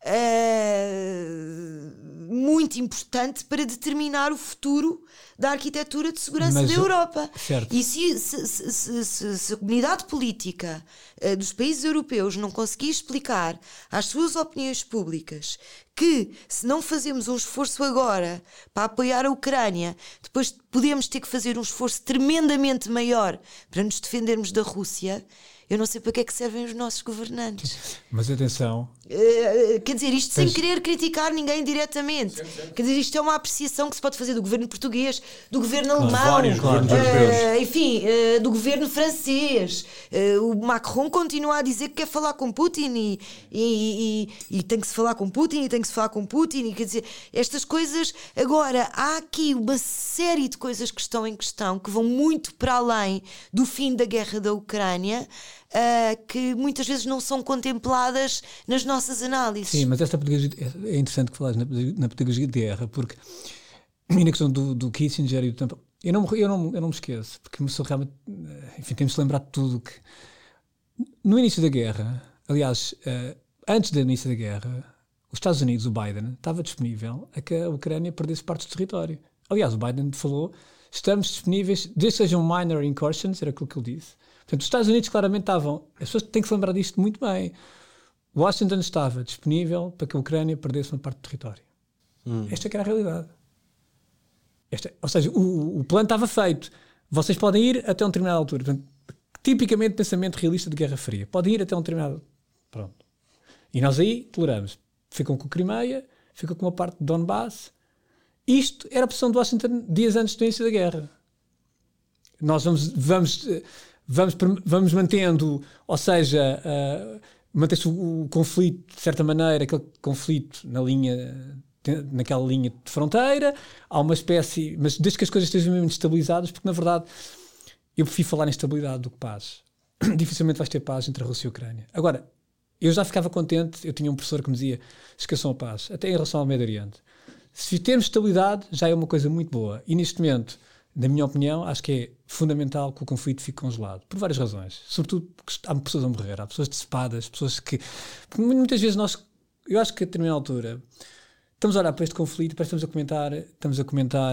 Speaker 3: uh, muito importante para determinar o futuro da arquitetura de segurança mas, da Europa.
Speaker 4: Certo.
Speaker 3: E se, se, se, se, se a comunidade política uh, dos países europeus não conseguir explicar às suas opiniões públicas que se não fazemos um esforço agora para apoiar a Ucrânia, depois podemos ter que fazer um esforço tremendamente maior para nos defendermos da Rússia, eu não sei para que é que servem os nossos governantes.
Speaker 4: Mas atenção...
Speaker 3: Uh, quer dizer, isto Tens... sem querer criticar ninguém diretamente. Sim, sim. Quer dizer, isto é uma apreciação que se pode fazer do governo português, do governo claro, alemão,
Speaker 2: vários
Speaker 3: claro,
Speaker 2: uh,
Speaker 3: enfim, uh, do governo francês. Uh, o Macron continua a dizer que quer falar com Putin e, e, e, e tem que se falar com Putin e tem que se falar com Putin. E, quer dizer, estas coisas... Agora, há aqui uma série de coisas que estão em questão, que vão muito para além do fim da guerra da Ucrânia, Uh, que muitas vezes não são contempladas nas nossas análises.
Speaker 4: Sim, mas esta pedagogia, é interessante que falas na, na pedagogia de guerra, porque e na questão do, do Kissinger e do tempo, eu não, eu, não, eu não me esqueço, porque me sou realmente, enfim, temos de lembrar de tudo que no início da guerra, aliás, uh, antes do início da guerra, os Estados Unidos, o Biden, estava disponível a que a Ucrânia perdesse partes do território. Aliás, o Biden falou, estamos disponíveis, desde que sejam minor incursions, era aquilo que ele disse. Portanto, os Estados Unidos claramente estavam... As pessoas têm que se lembrar disto muito bem. Washington estava disponível para que a Ucrânia perdesse uma parte do território. Hum. Esta é que era a realidade. Esta, ou seja, o, o plano estava feito. Vocês podem ir até uma determinada altura. Portanto, tipicamente pensamento realista de Guerra Fria. Podem ir até uma determinada... Pronto. E nós aí toleramos. Ficam com a Crimeia, ficam com uma parte de Donbass. Isto era a posição de Washington dias antes do início da guerra. Nós vamos... vamos Vamos, vamos mantendo, ou seja, uh, mantém-se o, o conflito, de certa maneira, aquele conflito na linha, naquela linha de fronteira, há uma espécie, mas desde que as coisas estejam mesmo estabilizadas, porque na verdade eu prefiro falar em estabilidade do que paz. Dificilmente vais ter paz entre a Rússia e a Ucrânia. Agora, eu já ficava contente, eu tinha um professor que me dizia, esqueçam a paz, até em relação ao Médio Oriente. Se temos estabilidade, já é uma coisa muito boa. E neste momento, na minha opinião, acho que é fundamental que o conflito fique congelado, por várias razões, sobretudo porque há pessoas a morrer, há pessoas decepadas, pessoas que, porque muitas vezes nós, eu acho que a determinada altura estamos a olhar para este conflito e parece que estamos a comentar, estamos a comentar,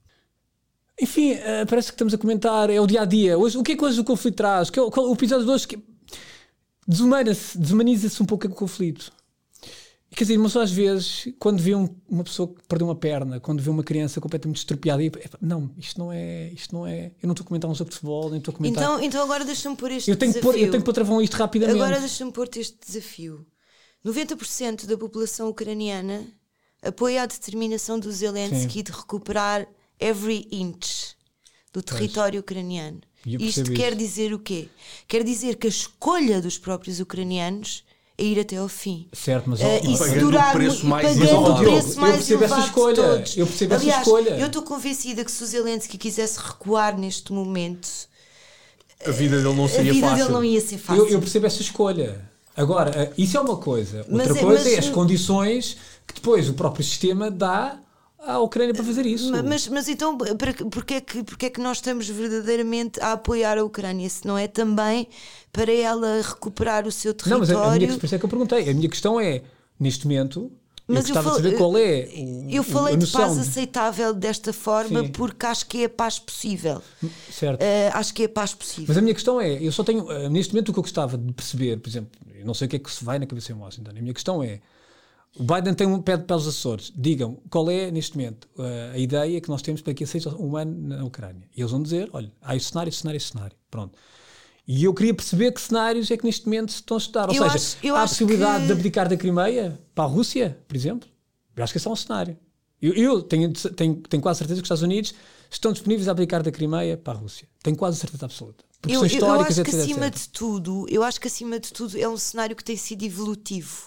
Speaker 4: enfim, parece que estamos a comentar, é o dia-a-dia, hoje, o que é que hoje o conflito traz, o, que é, o, o episódio de hoje que desumana-se, desumaniza-se um pouco o conflito. Quer dizer, mas às vezes, quando vê um, uma pessoa que perdeu uma perna, quando vê uma criança completamente estropiada, e, não, isto não é, isto não é, eu não estou a comentar um jogo de futebol, nem estou a comentar...
Speaker 3: Então, então agora deixa-me pôr este
Speaker 4: eu tenho
Speaker 3: desafio.
Speaker 4: Que pôr, eu tenho que pôr travão a isto rapidamente.
Speaker 3: Agora deixa-me pôr-te este desafio. noventa por cento da população ucraniana apoia a determinação do Zelensky Sim. de recuperar every inch do território pois. ucraniano. Isto quer isso. dizer o quê? Quer dizer que a escolha dos próprios ucranianos é ir até ao fim.
Speaker 4: Certo, mas,
Speaker 3: uh,
Speaker 4: mas
Speaker 3: e se durar
Speaker 2: o preço mais
Speaker 3: pagando
Speaker 2: elevado.
Speaker 3: o preço mais
Speaker 4: eu percebo
Speaker 3: elevado
Speaker 4: essa escolha.
Speaker 3: de todos.
Speaker 4: Eu percebo
Speaker 3: Aliás,
Speaker 4: essa escolha.
Speaker 3: eu estou convencida que se o Zelensky quisesse recuar neste momento,
Speaker 2: a vida dele não seria
Speaker 3: a vida
Speaker 2: fácil.
Speaker 3: Dele não ia ser fácil.
Speaker 4: Eu, eu percebo essa escolha. Agora, isso é uma coisa. Outra
Speaker 3: mas,
Speaker 4: coisa
Speaker 3: mas,
Speaker 4: é as condições que depois o próprio sistema dá à Ucrânia para fazer isso.
Speaker 3: Mas, mas então, porque é, que, porque é que nós estamos verdadeiramente a apoiar a Ucrânia? Se não é também para ela recuperar o seu território?
Speaker 4: Não, mas a, a minha questão é que eu perguntei. A minha questão é, neste momento, mas eu gostava eu fal... de saber qual é o,
Speaker 3: eu falei
Speaker 4: a
Speaker 3: de paz
Speaker 4: de...
Speaker 3: aceitável desta forma. Sim. Porque acho que é a paz possível. Certo. Uh, acho que é a paz possível.
Speaker 4: Mas a minha questão é, eu só tenho, neste momento o que eu gostava de perceber, por exemplo, eu não sei o que é que se vai na cabeça em Washington, a minha questão é, O Biden tem um pé de pelos Açores. Digam qual é, neste momento, a ideia que nós temos para que seja um ano na Ucrânia. E eles vão dizer, olha, há esse cenário, esse cenário, esse cenário. Pronto. E eu queria perceber que cenários é que neste momento se estão a estudar. Ou
Speaker 3: eu
Speaker 4: seja,
Speaker 3: acho, eu
Speaker 4: há a
Speaker 3: acho
Speaker 4: possibilidade
Speaker 3: que...
Speaker 4: de abdicar da Crimeia para a Rússia, por exemplo? Eu acho que esse é um cenário. Eu, eu tenho, tenho, tenho quase certeza que os Estados Unidos estão disponíveis a abdicar da Crimeia para a Rússia. Tenho quase certeza absoluta. Por
Speaker 3: Eu,
Speaker 4: questões
Speaker 3: eu, eu
Speaker 4: históricas,
Speaker 3: acho que
Speaker 4: etcétera,
Speaker 3: acima
Speaker 4: etcétera.
Speaker 3: de tudo, eu acho que acima de tudo é um cenário que tem sido evolutivo.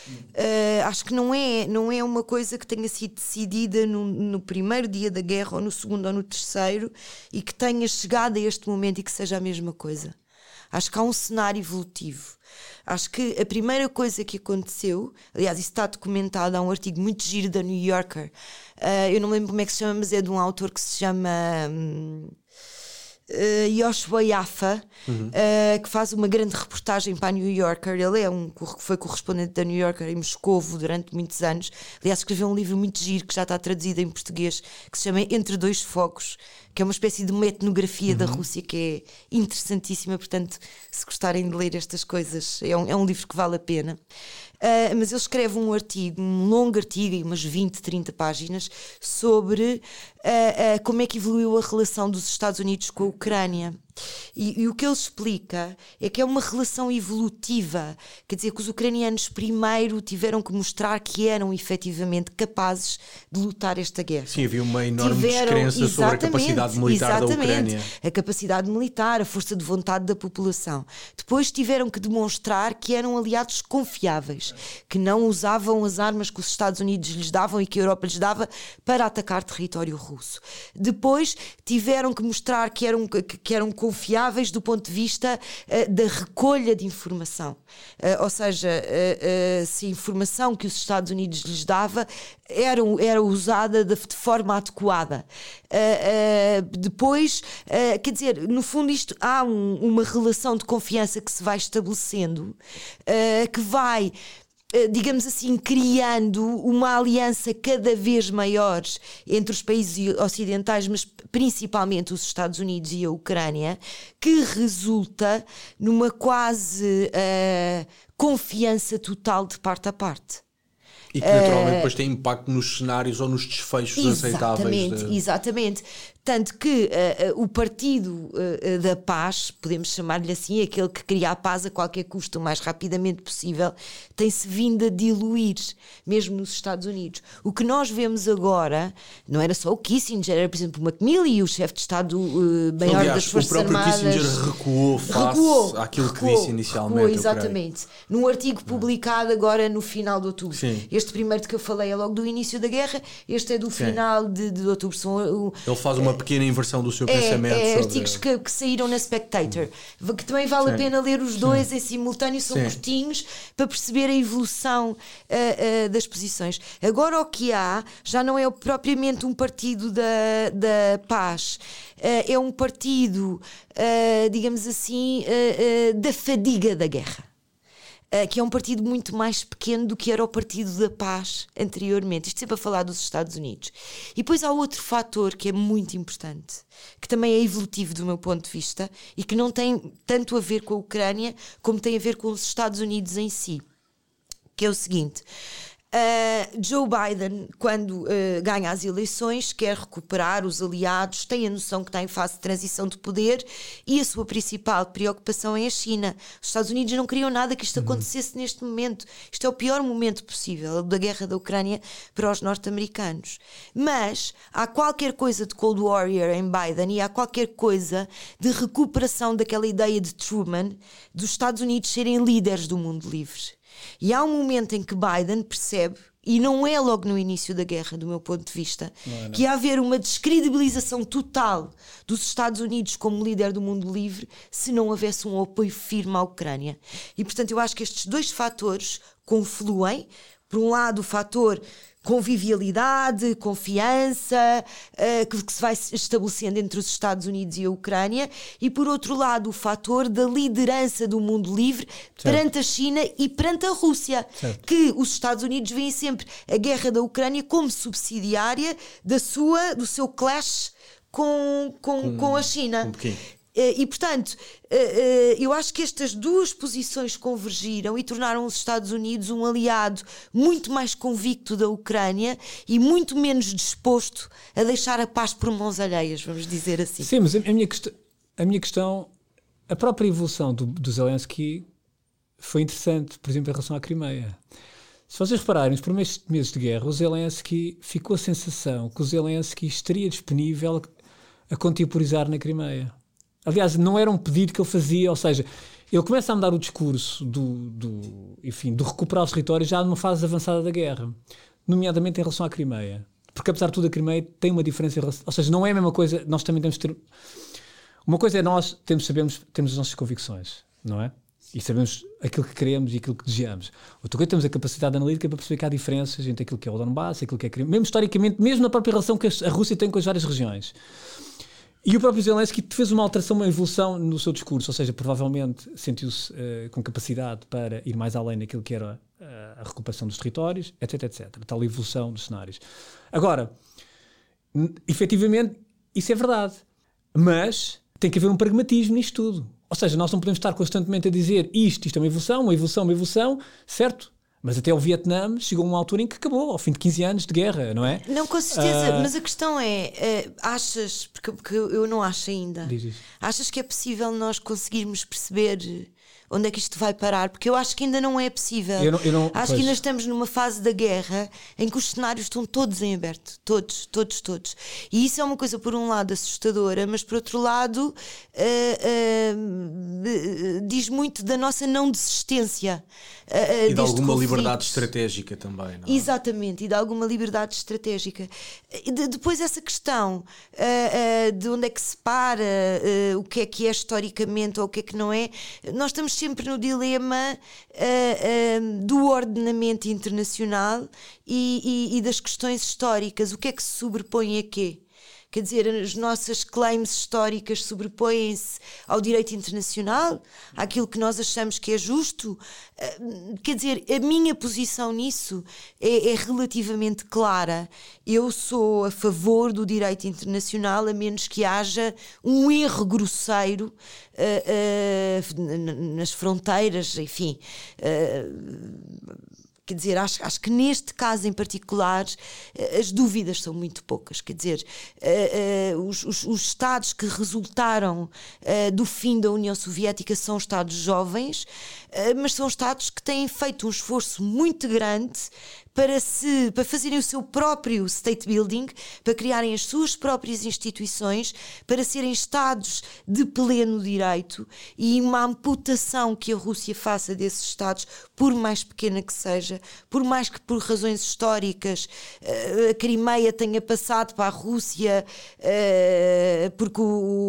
Speaker 3: Uh, acho que não é, não é uma coisa que tenha sido decidida no, no primeiro dia da guerra, ou no segundo, ou no terceiro, e que tenha chegado a este momento e que seja a mesma coisa. Acho que há um cenário evolutivo. Acho que a primeira coisa que aconteceu, aliás, isso está documentado, há um artigo muito giro da New Yorker, uh, eu não lembro como é que se chama, mas é de um autor que se chama... Hum, Uh, Yoshua Yaffa, uhum. uh, que faz uma grande reportagem para a New Yorker. Ele é um, foi correspondente da New Yorker em Moscovo durante muitos anos. Aliás, escreveu um livro muito giro que já está traduzido em português, que se chama Entre Dois Fogos, que é uma espécie de uma etnografia uhum. da Rússia que é interessantíssima. Portanto, se gostarem de ler estas coisas, é um, é um livro que vale a pena. Uh, mas ele escreve um artigo, um longo artigo, umas vinte, trinta páginas, sobre uh, uh, como é que evoluiu a relação dos Estados Unidos com a Ucrânia. E, e o que ele explica é que é uma relação evolutiva, quer dizer, que os ucranianos primeiro tiveram que mostrar que eram efetivamente capazes de lutar esta guerra.
Speaker 2: Sim, havia uma enorme
Speaker 3: tiveram,
Speaker 2: descrença sobre a capacidade militar da Ucrânia.
Speaker 3: A capacidade militar, a força de vontade da população. Depois tiveram que demonstrar que eram aliados confiáveis, que não usavam as armas que os Estados Unidos lhes davam e que a Europa lhes dava para atacar território russo. Depois tiveram que mostrar que eram, que, que eram confiáveis do ponto de vista uh, da recolha de informação. Uh, ou seja, uh, uh, se a informação que os Estados Unidos lhes dava era, era usada de, de forma adequada. Uh, uh, depois, uh, quer dizer, no fundo isto há um, uma relação de confiança que se vai estabelecendo, uh, que vai... digamos assim, criando uma aliança cada vez maior entre os países ocidentais, mas principalmente os Estados Unidos e a Ucrânia, que resulta numa quase uh, confiança total de parte a parte.
Speaker 2: E que naturalmente uh, depois tem impacto nos cenários ou nos desfechos aceitáveis.
Speaker 3: Exatamente, de... exatamente. Tanto que uh, uh, o Partido uh, da Paz, podemos chamar-lhe assim, aquele que cria a paz a qualquer custo o mais rapidamente possível, tem-se vindo a diluir, mesmo nos Estados Unidos. O que nós vemos agora, não era só o Kissinger, era por exemplo o Macmillan, o chefe de Estado uh, maior
Speaker 2: Aliás,
Speaker 3: das Forças
Speaker 2: Armadas. O próprio
Speaker 3: Armadas,
Speaker 2: Kissinger recuou face
Speaker 3: recuou,
Speaker 2: àquilo
Speaker 3: recuou,
Speaker 2: que disse inicialmente.
Speaker 3: Recuou, exatamente. Num artigo publicado agora no final de outubro.
Speaker 2: Sim.
Speaker 3: Este primeiro de que eu falei é logo do início da guerra, este é do
Speaker 2: Sim.
Speaker 3: final de, de outubro. São, uh,
Speaker 2: Ele faz uma pequena inversão do seu
Speaker 3: é,
Speaker 2: pensamento.
Speaker 3: É,
Speaker 2: sobre...
Speaker 3: artigos que, que saíram na Spectator, que também vale Sim. a pena ler os dois Sim. em simultâneo, são Sim. curtinhos, para perceber a evolução uh, uh, das posições. Agora o que há já não é propriamente um partido da, da paz, uh, é um partido, uh, digamos assim, uh, uh, da fadiga da guerra. Uh, que é um partido muito mais pequeno do que era o Partido da Paz anteriormente. Isto sempre a falar dos Estados Unidos. E depois há outro fator que é muito importante, que também é evolutivo do meu ponto de vista e que não tem tanto a ver com a Ucrânia como tem a ver com os Estados Unidos em si, que é o seguinte... Uh, Joe Biden, quando uh, ganha as eleições, quer recuperar os aliados, tem a noção que está em fase de transição de poder e a sua principal preocupação é a China. Os Estados Unidos não queriam nada que isto acontecesse uhum. neste momento. Isto é o pior momento possível da guerra da Ucrânia para os norte-americanos. Mas há qualquer coisa de Cold Warrior em Biden e há qualquer coisa de recuperação daquela ideia de Truman, dos Estados Unidos serem líderes do mundo livre. E há um momento em que Biden percebe, e não é logo no início da guerra, do meu ponto de vista, não é, não. que ia haver uma descredibilização total dos Estados Unidos como líder do mundo livre se não houvesse um apoio firme à Ucrânia. E, portanto, eu acho que estes dois fatores confluem. Por um lado, o fator convivialidade, confiança, uh, que, que se vai estabelecendo entre os Estados Unidos e a Ucrânia, e por outro lado o fator da liderança do mundo livre certo. perante a China e perante a Rússia, certo. que os Estados Unidos veem sempre a guerra da Ucrânia como subsidiária da sua, do seu clash com, com, com, com a China.
Speaker 2: Com
Speaker 3: E, portanto, eu acho que estas duas posições convergiram e tornaram os Estados Unidos um aliado muito mais convicto da Ucrânia e muito menos disposto a deixar a paz por mãos alheias, vamos dizer assim.
Speaker 4: Sim, mas a minha, quest- a minha questão, a própria evolução do, do Zelensky foi interessante, por exemplo, em relação à Crimeia. Se vocês repararem, nos primeiros meses de guerra, o Zelensky ficou a sensação que o Zelensky estaria disponível a contemporizar na Crimeia. Aliás, não era um pedido que ele fazia, ou seja, ele começa a mudar o discurso do, do, enfim, do recuperar os territórios já numa fase avançada da guerra, nomeadamente em relação à Crimeia. Porque, apesar de tudo, a Crimeia tem uma diferença em relação... Ou seja, não é a mesma coisa, nós também temos de ter... Uma coisa é nós temos, sabemos, temos as nossas convicções, não é? E sabemos aquilo que queremos e aquilo que desejamos. Outra coisa, temos a capacidade analítica para perceber que há diferenças entre aquilo que é o Donbass e aquilo que é... Mesmo historicamente, mesmo na própria relação que a Rússia tem com as várias regiões. E o próprio Zelensky fez uma alteração, uma evolução no seu discurso, ou seja, provavelmente sentiu-se uh, com capacidade para ir mais além daquilo que era uh, a recuperação dos territórios, etc, etcétera. Tal evolução dos cenários. Agora, n- efetivamente, isso é verdade. Mas tem que haver um pragmatismo nisto tudo. Ou seja, nós não podemos estar constantemente a dizer isto, isto é uma evolução, uma evolução, uma evolução, certo? Mas até o Vietnã chegou a uma altura em que acabou, ao fim de quinze anos de guerra, não é?
Speaker 3: Não, com certeza,
Speaker 4: Uh,
Speaker 3: mas a questão é, uh, achas, porque, porque eu não acho ainda,
Speaker 4: Diz isso.
Speaker 3: achas que é possível nós conseguirmos perceber onde é que isto vai parar? Porque eu acho que ainda não é possível.
Speaker 4: Eu não- eu não-
Speaker 3: acho
Speaker 4: pois.
Speaker 3: que ainda estamos numa fase da guerra em que os cenários estão todos em aberto. Todos, todos, todos. E isso é uma coisa, por um lado, assustadora, mas por outro lado, uh, uh, diz muito da nossa não desistência. Uh, uh,
Speaker 2: E de
Speaker 3: deste
Speaker 2: alguma
Speaker 3: conflito.
Speaker 2: liberdade estratégica também, não é?
Speaker 3: Exatamente, e de alguma liberdade estratégica. E de- depois essa questão ah, ah, de onde é que se para, ah, o que é que é historicamente ou o que é que não é, nós estamos sempre no dilema ah, ah, do ordenamento internacional e, e- e das questões históricas. O que é que se sobrepõe a quê? Quer dizer, as nossas claims históricas sobrepõem-se ao direito internacional, àquilo que nós achamos que é justo. Uh, Quer dizer, a minha posição nisso é, é relativamente clara. Eu sou a favor do direito internacional, a menos que haja um erro grosseiro uh, uh, n- nas fronteiras, enfim. Uh, Quer dizer, acho, acho que neste caso em particular as dúvidas são muito poucas. Quer dizer, uh, uh, os, os, os Estados que resultaram uh, do fim da União Soviética são Estados jovens, uh, mas são Estados que têm feito um esforço muito grande para, se, para fazerem o seu próprio state building, para criarem as suas próprias instituições, para serem Estados de pleno direito, e uma amputação que a Rússia faça desses Estados, por mais pequena que seja, por mais que por razões históricas a Crimeia tenha passado para a Rússia, porque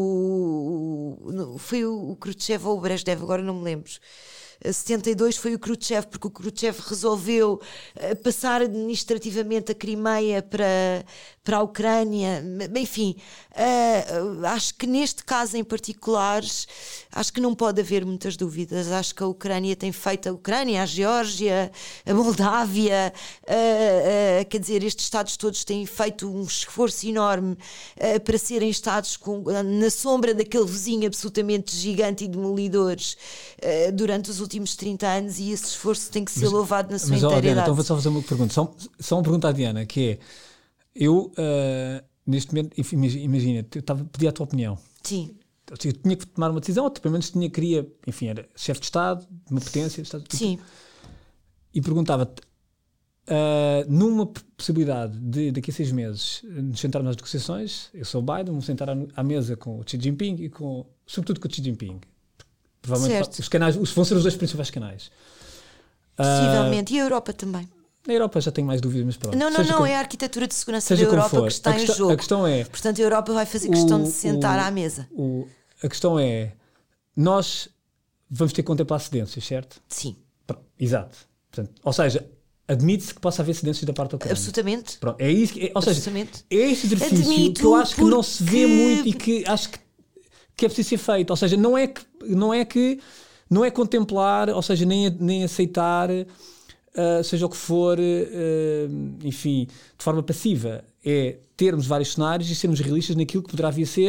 Speaker 3: o, foi o Khrushchev ou o Brezhnev, agora não me lembro. setenta e dois foi o Khrushchev, porque o Khrushchev resolveu uh, passar administrativamente a Crimeia para, para a Ucrânia. Enfim, uh, acho que neste caso em particular, acho que não pode haver muitas dúvidas. Acho que a Ucrânia tem feito, a Ucrânia, a Geórgia, a Moldávia, uh, uh, quer dizer, estes Estados todos têm feito um esforço enorme uh, para serem Estados com, na sombra daquele vizinho absolutamente gigante e demolidores uh, durante os últimos últimos trinta anos, e esse esforço tem que ser mas, louvado na sua
Speaker 4: mas,
Speaker 3: integridade.
Speaker 4: Diana, então vou só fazer uma pergunta. Só, só uma pergunta à Diana, que é, eu, uh, neste momento, enfim, imagina, eu estava a pedir a tua opinião.
Speaker 3: Sim.
Speaker 4: Eu tinha que tomar uma decisão, ou pelo menos tinha, queria, enfim, era chefe de Estado, de uma potência, de Estado,
Speaker 3: sim.
Speaker 4: E perguntava-te, uh, numa possibilidade de, daqui a seis meses, nos sentarmos nas negociações, eu sou o Biden, vamos sentar à, à mesa com o Xi Jinping e com, sobretudo com o Xi Jinping. Provavelmente os canais, os vão ser os dois principais canais.
Speaker 3: Possivelmente. Uh, e a Europa também.
Speaker 4: Na Europa já tenho mais dúvidas, mas pronto.
Speaker 3: Não, não, não, como, é a arquitetura de segurança da Europa que está
Speaker 4: questão,
Speaker 3: em jogo.
Speaker 4: A questão é...
Speaker 3: Portanto, a Europa vai fazer questão
Speaker 4: o,
Speaker 3: de se sentar
Speaker 4: o,
Speaker 3: à mesa.
Speaker 4: O, a questão é, nós vamos ter que contemplar cedências, certo?
Speaker 3: Sim.
Speaker 4: Pronto, exato. Portanto, ou seja, admite-se que possa haver cedências da parte da Ucrânia.
Speaker 3: Absolutamente.
Speaker 4: Pronto, é isso que, é, ou seja,
Speaker 3: Absolutamente.
Speaker 4: é este exercício
Speaker 3: Admito
Speaker 4: que eu acho que
Speaker 3: porque...
Speaker 4: não se vê muito e que acho que, que é preciso ser feito. Ou seja, não é que... Não é que Não é contemplar, ou seja, nem, nem aceitar, uh, seja o que for, uh, enfim, de forma passiva. É termos vários cenários e sermos realistas naquilo que poderá vir a ser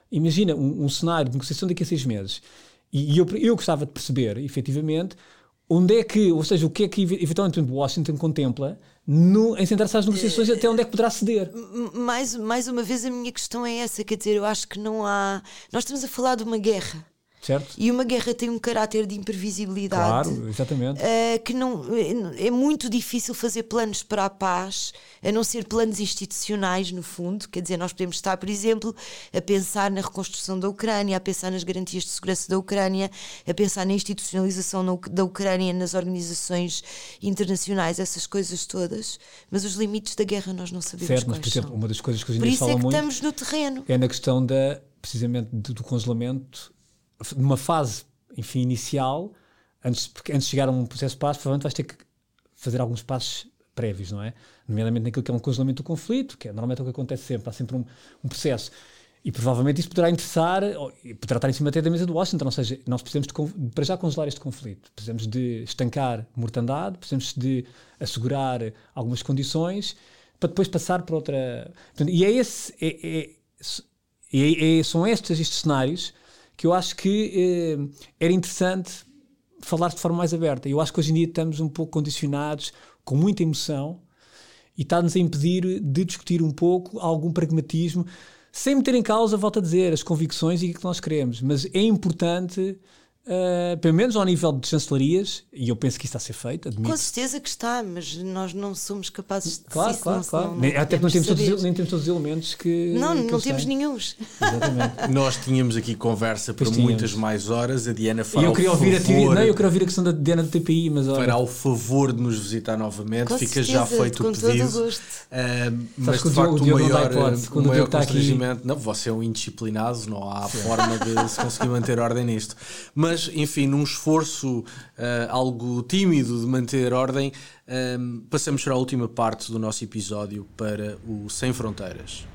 Speaker 4: imagina um, um cenário de negociação daqui a seis meses. E, e eu, eu gostava de perceber, efetivamente, onde é que, ou seja, o que é que eventualmente Washington contempla no, em sentar-se às negociações, até onde é que poderá ceder.
Speaker 3: Mais, mais uma vez a minha questão é essa, quer dizer, eu acho que não há... Nós estamos a falar de uma guerra.
Speaker 4: Certo.
Speaker 3: E uma guerra tem um caráter de imprevisibilidade.
Speaker 4: Claro, exatamente.
Speaker 3: Uh, que não, é muito difícil fazer planos para a paz, a não ser planos institucionais, no fundo. Quer dizer, nós podemos estar, por exemplo, a pensar na reconstrução da Ucrânia, a pensar nas garantias de segurança da Ucrânia, a pensar na institucionalização no, da Ucrânia nas organizações internacionais, essas coisas todas. Mas os limites da guerra nós não sabemos
Speaker 4: certo,
Speaker 3: quais
Speaker 4: mas, por exemplo,
Speaker 3: são.
Speaker 4: Uma das coisas que os
Speaker 3: Por isso
Speaker 4: falam
Speaker 3: é que
Speaker 4: muito
Speaker 3: estamos no terreno.
Speaker 4: É na questão da, precisamente do congelamento, numa fase, enfim, inicial, antes, porque antes de chegar a um processo de paz, provavelmente vais ter que fazer alguns passos prévios, não é? Nomeadamente naquilo que é um congelamento do conflito, que é normalmente o que acontece sempre, há sempre um, um processo. E provavelmente isso poderá interessar, ou, poderá estar em cima até da mesa de Washington, ou seja, nós precisamos de, para já congelar este conflito, precisamos de estancar mortandade, precisamos de assegurar algumas condições, para depois passar para outra... Portanto, e é esse, é, é, é, é, são estes, estes cenários que eu acho que eh, era interessante falar de forma mais aberta. Eu acho que hoje em dia estamos um pouco condicionados, com muita emoção, e está-nos a impedir de discutir um pouco algum pragmatismo, sem meter em causa, volto a dizer, as convicções e o que nós queremos. Mas é importante, uh, pelo menos ao nível de chancelarias, e eu penso que isso está a ser feito, admito.
Speaker 3: Com certeza que está, mas nós não somos capazes de
Speaker 4: claro,
Speaker 3: dizer
Speaker 4: claro,
Speaker 3: isso.
Speaker 4: claro.
Speaker 3: Não, não
Speaker 4: Até que não temos
Speaker 3: saber.
Speaker 4: todos, nem temos todos os elementos que
Speaker 3: Não,
Speaker 4: que
Speaker 3: não temos
Speaker 4: têm.
Speaker 3: nenhuns.
Speaker 4: Exatamente.
Speaker 2: Nós tínhamos aqui conversa por
Speaker 4: Pois
Speaker 2: muitas
Speaker 4: tínhamos.
Speaker 2: mais horas. A Diana fará
Speaker 4: E eu queria
Speaker 2: o
Speaker 4: ouvir a
Speaker 2: favor,
Speaker 4: teoria, não, eu queria ouvir a questão da Diana do T P I, mas olha,
Speaker 2: fará o favor de nos visitar novamente.
Speaker 3: Com
Speaker 2: Fica
Speaker 3: certeza,
Speaker 2: já feito
Speaker 3: com
Speaker 2: o
Speaker 3: todo
Speaker 2: pedido.
Speaker 3: o gosto.
Speaker 2: Uh, mas
Speaker 4: Sabes que
Speaker 2: de
Speaker 4: o
Speaker 2: facto
Speaker 4: Diogo-
Speaker 2: o
Speaker 4: o Diogo não dá
Speaker 2: maior,
Speaker 4: hipótese,
Speaker 2: o
Speaker 4: quando o
Speaker 2: maior
Speaker 4: Diogo está aqui.
Speaker 2: constrangimento. Não, você é um indisciplinado, não há forma de se conseguir manter ordem nisto. Mas, enfim, num esforço uh, algo tímido de manter ordem, um, passamos para a última parte do nosso episódio, para o Sem Fronteiras.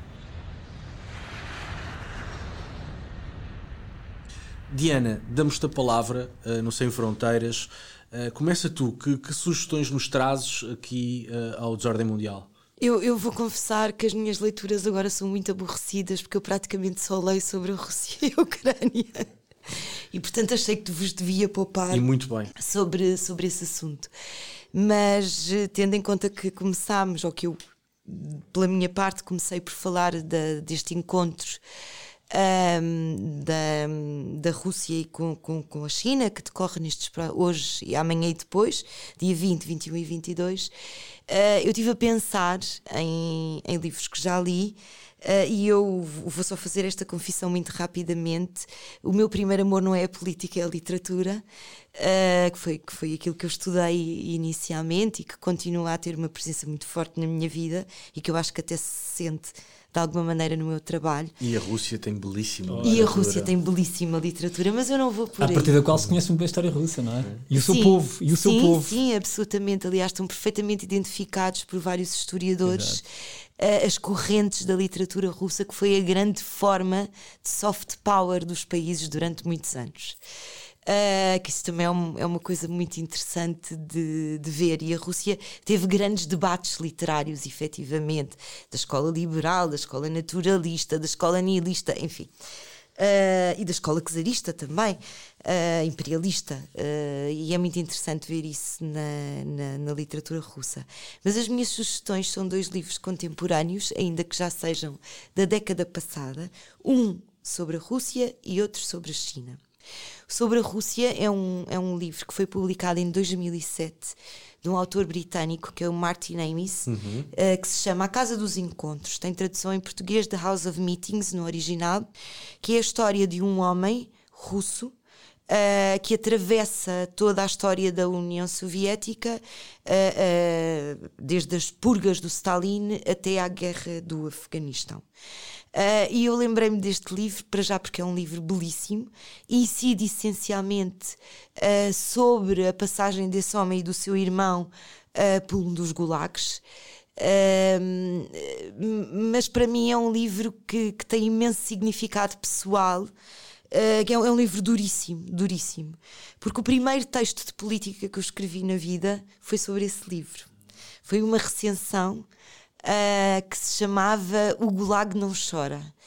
Speaker 2: Diana, damos-te a palavra uh, no Sem Fronteiras. Uh, começa tu, que, que sugestões nos trazes aqui uh, ao Desordem Mundial?
Speaker 3: Eu, eu vou confessar que as minhas leituras agora são muito aborrecidas, porque eu praticamente só leio sobre a Rússia e a Ucrânia. E portanto achei que vos devia poupar
Speaker 2: E muito bem.
Speaker 3: sobre, sobre esse assunto. Mas tendo em conta que começámos, ou que eu, pela minha parte, comecei por falar da, deste encontro um, da, da Rússia e com, com, com a China, que decorre nestes, hoje e amanhã e depois, dia vinte, vinte e um e vinte e dois, uh, eu estive a pensar em, em livros que já li. Uh, e eu vou só fazer esta confissão muito rapidamente. O meu primeiro amor não é a política, é a literatura, uh, que, foi, que foi aquilo que eu estudei inicialmente e que continua a ter uma presença muito forte na minha vida e que eu acho que até se sente de alguma maneira no meu trabalho.
Speaker 2: E a Rússia tem belíssima
Speaker 3: E a
Speaker 2: literatura.
Speaker 3: Rússia tem belíssima literatura, mas eu não vou por
Speaker 4: a
Speaker 3: aí.
Speaker 4: partir da qual se conhece muito bem a história russa, não é? E o seu
Speaker 3: Sim,
Speaker 4: povo, e o seu
Speaker 3: sim,
Speaker 4: povo.
Speaker 3: Sim, absolutamente. Aliás, estão perfeitamente identificados por vários historiadores uh, as correntes da literatura russa, que foi a grande forma de soft power dos países durante muitos anos. Uh, que isso também é, um, é uma coisa muito interessante de, de ver. E a Rússia teve grandes debates literários, efetivamente, da escola liberal, da escola naturalista, da escola nihilista, enfim. Uh, e da escola czarista também, uh, imperialista, uh, e é muito interessante ver isso na, na, na literatura russa. Mas as minhas sugestões são dois livros contemporâneos, ainda que já sejam da década passada, um sobre a Rússia e outro sobre a China. Sobre a Rússia é um, é um livro que foi publicado em dois mil e sete de um autor britânico que é o Martin Amis, uhum. uh, que se chama A Casa dos Encontros. Tem tradução em português de House of Meetings no original, que é a história de um homem russo uh, que atravessa toda a história da União Soviética, uh, uh, desde as purgas do Stalin até à guerra do Afeganistão. Uh, e eu lembrei-me deste livro, para já porque é um livro belíssimo, e incide essencialmente uh, sobre a passagem desse homem e do seu irmão uh, por um dos gulags. Uh, mas para mim é um livro que, que tem imenso significado pessoal, uh, que é um, é um livro duríssimo, duríssimo, porque o primeiro texto de política que eu escrevi na vida foi sobre esse livro. Foi uma recensão Uh, que se chamava O Gulag Não Chora.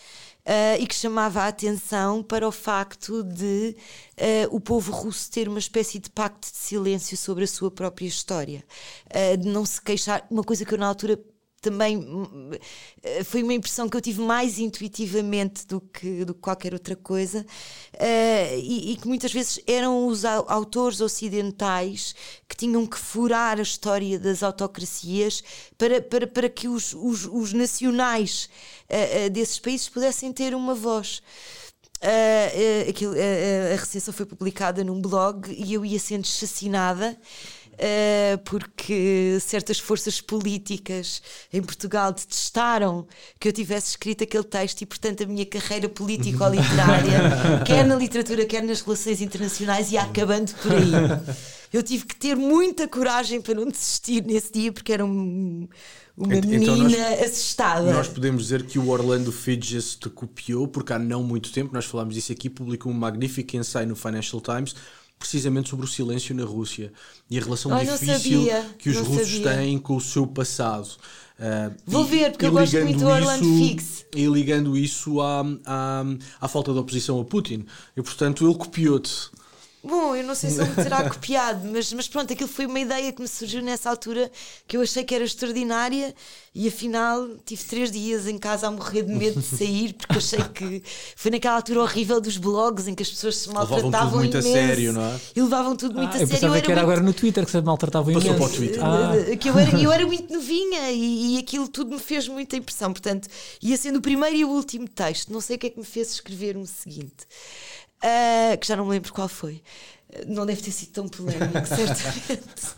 Speaker 3: Uh, e que chamava a atenção para o facto de uh, o povo russo ter uma espécie de pacto de silêncio sobre a sua própria história, uh, de não se queixar, uma coisa que eu na altura também uh, foi uma impressão que eu tive mais intuitivamente do que, do que qualquer outra coisa, uh, e, e que muitas vezes eram os autores ocidentais que tinham que furar a história das autocracias para, para, para que os, os, os nacionais uh, uh, desses países pudessem ter uma voz. Uh, uh, aquilo, uh, a recensão foi publicada num blog e eu ia sendo chacinada Uh, porque certas forças políticas em Portugal detestaram que eu tivesse escrito aquele texto e, portanto, a minha carreira político-literária, quer na literatura, quer nas relações internacionais, ia acabando por aí. Eu tive que ter muita coragem para não desistir nesse dia, porque era um, uma
Speaker 2: então,
Speaker 3: menina
Speaker 2: nós,
Speaker 3: assustada.
Speaker 2: Nós podemos dizer que o Orlando Figes te copiou, porque há não muito tempo, nós falámos disso aqui, publicou um magnífico ensaio no Financial Times precisamente sobre o silêncio na Rússia e a relação
Speaker 3: oh,
Speaker 2: difícil
Speaker 3: sabia,
Speaker 2: que os russos
Speaker 3: sabia.
Speaker 2: têm com o seu passado. Uh,
Speaker 3: Vou
Speaker 2: e,
Speaker 3: ver, porque eu gosto muito do Orlando Figes.
Speaker 2: E ligando isso à, à, à falta de oposição a Putin. E, portanto, ele copiou-te.
Speaker 3: Bom, eu não sei se ele me terá copiado, mas, mas pronto, aquilo foi uma ideia que me surgiu nessa altura que eu achei que era extraordinária e afinal tive três dias em casa a morrer de medo de sair, porque achei que foi naquela altura horrível dos blogs em que as pessoas se maltratavam
Speaker 2: levavam tudo muito
Speaker 3: imenso,
Speaker 2: a sério, não é?
Speaker 3: E levavam tudo muito
Speaker 4: ah,
Speaker 3: a
Speaker 4: eu
Speaker 3: sério.
Speaker 4: pensava
Speaker 3: eu
Speaker 4: que era
Speaker 3: muito...
Speaker 4: agora no Twitter que se maltratavam imenso.
Speaker 2: Passou para o Twitter.
Speaker 3: Ah. Que eu, era, eu era muito novinha e, e aquilo tudo me fez muita impressão. Portanto, ia sendo o primeiro e o último texto. Não sei o que é que me fez escrever um seguinte, uh, que já não me lembro qual foi. Não deve ter sido tão polémico, certamente.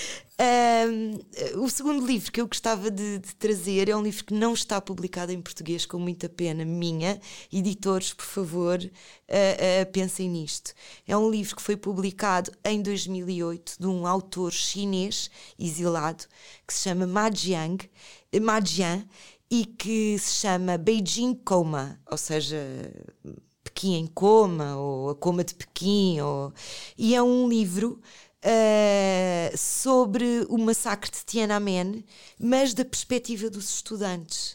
Speaker 3: Um, o segundo livro que eu gostava de, de trazer é um livro que não está publicado em português, com muita pena minha. Editores, por favor, uh, uh, pensem nisto. É um livro que foi publicado em dois mil e oito de um autor chinês exilado que se chama Ma Jiang, Ma Jian, e que se chama Beijing Coma, ou seja, Pequim em coma, ou a coma de Pequim, ou... e é um livro uh, sobre o massacre de Tiananmen, mas da perspectiva dos estudantes.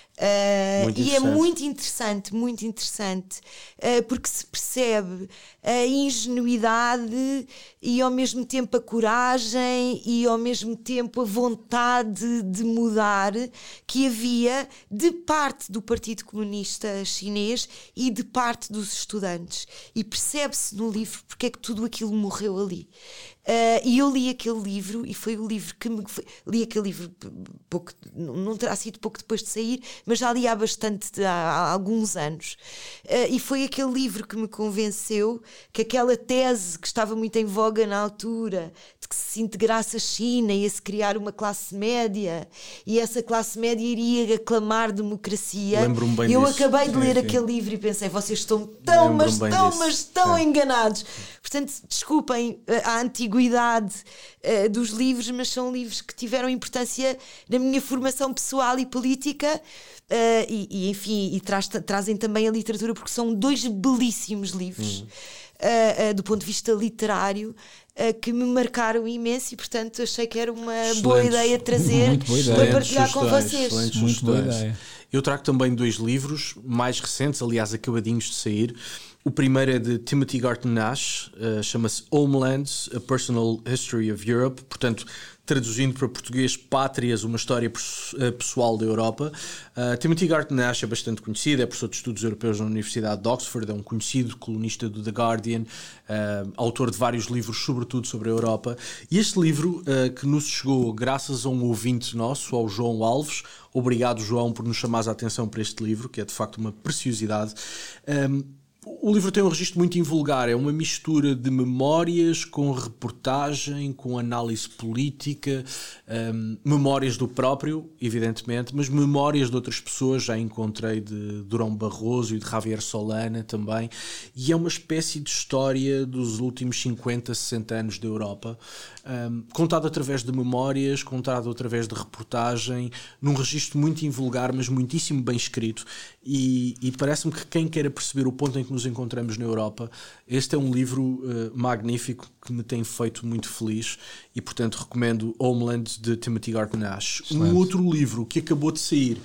Speaker 3: Uh, e é muito interessante, muito interessante, uh, porque se percebe a ingenuidade e ao mesmo tempo a coragem e ao mesmo tempo a vontade de mudar que havia de parte do Partido Comunista Chinês e de parte dos estudantes. E percebe-se no livro porque é que tudo aquilo morreu ali. Uh, e eu li aquele livro e foi o livro que me... Foi, li aquele livro pouco, não terá sido pouco depois de sair, mas já li há bastante, há, há alguns anos. Uh, e foi aquele livro que me convenceu que aquela tese que estava muito em voga na altura, de que se integrasse a China, ia-se criar uma classe média e essa classe média iria aclamar democracia.
Speaker 2: Lembro-me bem
Speaker 3: eu
Speaker 2: disso.
Speaker 3: acabei de ler
Speaker 2: sim, sim.
Speaker 3: aquele livro e pensei, vocês estão tão, mas tão,
Speaker 2: disso.
Speaker 3: mas tão
Speaker 2: sim.
Speaker 3: enganados. Portanto, desculpem a antiguidade uh, dos livros, mas são livros que tiveram importância na minha formação pessoal e política, uh, e, e enfim, e traz, trazem também a literatura, porque são dois belíssimos livros, uhum. uh, uh, do ponto de vista literário, uh, que me marcaram imenso e, portanto, achei que era uma excelentes, boa ideia trazer
Speaker 4: ideia.
Speaker 3: para partilhar com vocês.
Speaker 4: Muito boa ideia.
Speaker 2: Eu trago também dois livros mais recentes, aliás, acabadinhos de sair. O primeiro é de Timothy Garton Nash, uh, chama-se Homelands, A Personal History of Europe, portanto, traduzindo para português, Pátrias, uma história pessoal da Europa. Uh, Timothy Garton Nash é bastante conhecido, é professor de estudos europeus na Universidade de Oxford, é um conhecido colunista do The Guardian, uh, autor de vários livros, sobretudo sobre a Europa. E este livro, uh, que nos chegou graças a um ouvinte nosso, ao João Alves, obrigado, João, por nos chamar a atenção para este livro, que é de facto uma preciosidade. Um, O livro tem um registro muito invulgar, é uma mistura de memórias com reportagem, com análise política, um, memórias do próprio, evidentemente, mas memórias de outras pessoas, já encontrei de Durão Barroso e de Javier Solana também, e é uma espécie de história dos últimos cinquenta, sessenta anos da Europa, um, contado através de memórias, contado através de reportagem, num registro muito invulgar, mas muitíssimo bem escrito, e, e parece-me que quem queira perceber o ponto em que nos encontramos na Europa, este é um livro uh, magnífico que me tem feito muito feliz e, portanto, recomendo Homeland, de Timothy Garton Nash. Um outro livro que acabou de sair,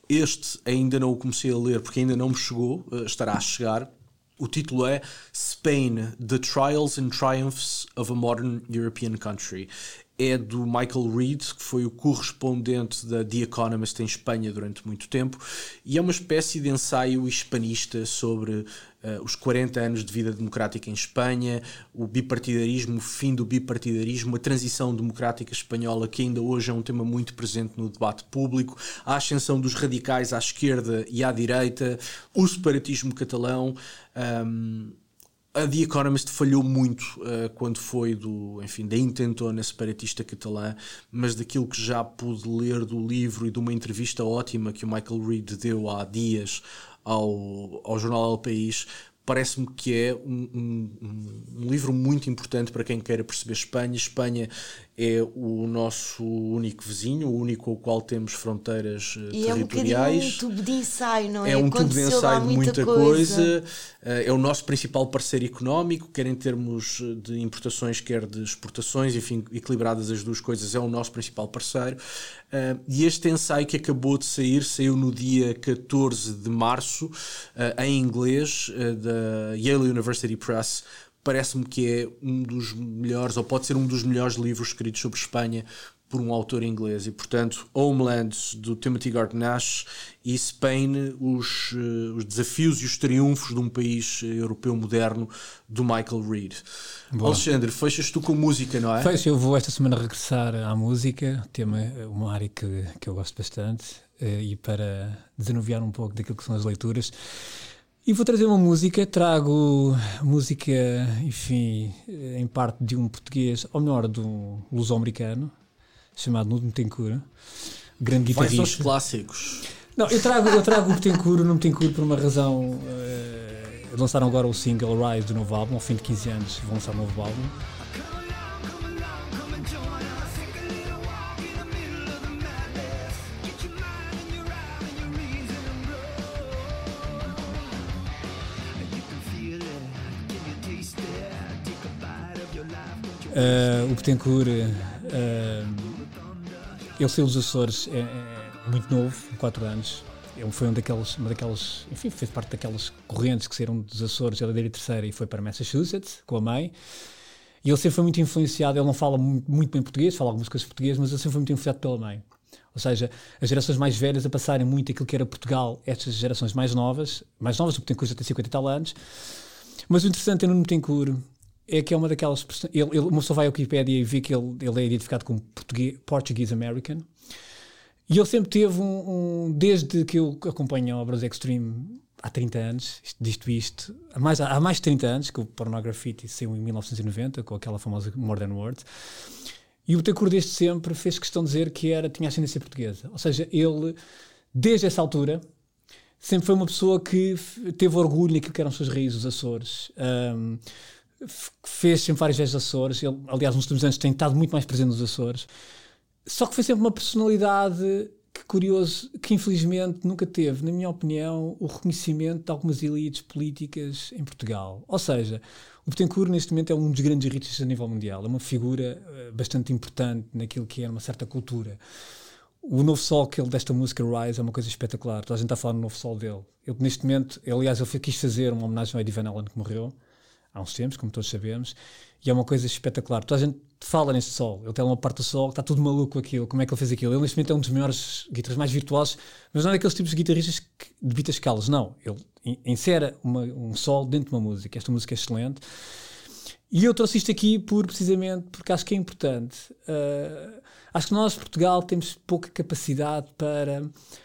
Speaker 2: Este ainda não o comecei a ler porque ainda não me chegou, estará a chegar. O título é Spain, The Trials and Triumphs of a Modern European Country. É do Michael Reed, que foi o correspondente da The Economist em Espanha durante muito tempo, e é uma espécie de ensaio hispanista sobre uh, os quarenta anos de vida democrática em Espanha, o bipartidarismo, o fim do bipartidarismo, a transição democrática espanhola, que ainda hoje é um tema muito presente no debate público, a ascensão dos radicais à esquerda e à direita, o separatismo catalão. Um, A The Economist falhou muito uh, quando foi do, enfim, da intentona separatista catalã, mas daquilo que já pude ler do livro e de uma entrevista ótima que o Michael Reed deu há dias ao, ao jornal El País, parece-me que é um, um, um livro muito importante para quem queira perceber Espanha. Espanha é o nosso único vizinho, o único com o qual temos fronteiras uh,
Speaker 3: e
Speaker 2: territoriais.
Speaker 3: É um tubo de ensaio, não é?
Speaker 2: É um tubo de ensaio de muita coisa. coisa. Uh, é o nosso principal parceiro económico, quer em termos de importações, quer de exportações, enfim, equilibradas as duas coisas, é o nosso principal parceiro. Uh, e este ensaio que acabou de sair, saiu no dia catorze de março, uh, em inglês, uh, da Yale University Press. Parece-me que é um dos melhores, ou pode ser um dos melhores livros escritos sobre Espanha por um autor inglês. E, portanto, Homeland, do Timothy Garton Nash, e Spain, os, uh, os desafios e os triunfos de um país europeu moderno, do Michael Reed. Boa. Alexandre, fechas tu com música, não é?
Speaker 4: Fecho, eu vou esta semana regressar à música, tema, uma área que, que eu gosto bastante, uh, e para desanuviar um pouco daquilo que são as leituras. E vou trazer uma música, trago música, enfim, em parte de um português, ou melhor, de um luso-americano, chamado Nuno Betancourt, grande guitarrista.
Speaker 2: Vais aos clássicos.
Speaker 4: Não, eu trago, eu trago o Betancourt, o Nuno Betancourt, por uma razão. Uh, lançaram agora o single Rise do novo álbum, ao fim de quinze anos vão lançar um novo álbum. Uh, o Betancourt, uh, ele saiu dos Açores é, é muito novo, quatro anos. Ele foi um daqueles, uma daquelas, enfim, fez parte daquelas correntes que saíram dos Açores, ele era da terceira e foi para Massachusetts com a mãe. E ele sempre foi muito influenciado. Ele não fala muito, muito bem português, fala algumas coisas portuguesas, mas ele sempre foi muito influenciado pela mãe. Ou seja, as gerações mais velhas a passarem muito aquilo que era Portugal, estas gerações mais novas, mais novas, o Betancourt já tem cinquenta e tal anos. Mas o interessante é no Betancourt é que é uma daquelas... Ele, ele, uma pessoa vai à Wikipédia e vê que ele, ele é identificado como Portuguese American. E ele sempre teve um, um... Desde que eu acompanho obras Extreme há trinta anos, isto, disto isto, há mais, há mais de trinta anos, que o Pornography saiu em mil novecentos e noventa, com aquela famosa Modern World. E o Betancourt desde sempre fez questão de dizer que era, tinha ascendência portuguesa. Ou seja, ele, desde essa altura, sempre foi uma pessoa que teve orgulho naquilo que eram as suas raízes, os Açores. Um, fez sempre várias vezes Açores. Ele, aliás, nos últimos anos tem estado muito mais presente nos Açores. Só que foi sempre uma personalidade que, curioso, que infelizmente nunca teve, na minha opinião, o reconhecimento de algumas elites políticas em Portugal. Ou seja, o Betancourt neste momento é um dos grandes artistas a nível mundial. É uma figura uh, bastante importante naquilo que é uma certa cultura. O novo sol que ele desta música Rise é uma coisa espetacular. Toda a gente está a falar no novo sol dele. Ele, neste momento, aliás, ele quis fazer uma homenagem ao Eddie Van Halen, que morreu há uns tempos, como todos sabemos, e é uma coisa espetacular. Toda a gente fala neste sol. Ele tem uma parte do sol que está tudo maluco com aquilo. Como é que ele fez aquilo? Ele, neste momento, é um dos maiores guitarristas mais virtuosos, mas não é daqueles tipos de guitarristas que debita escalas. Não. Ele insere uma, um sol dentro de uma música. Esta música é excelente. E eu trouxe isto aqui por, precisamente porque acho que é importante. Uh, acho que nós, Portugal, temos pouca capacidade para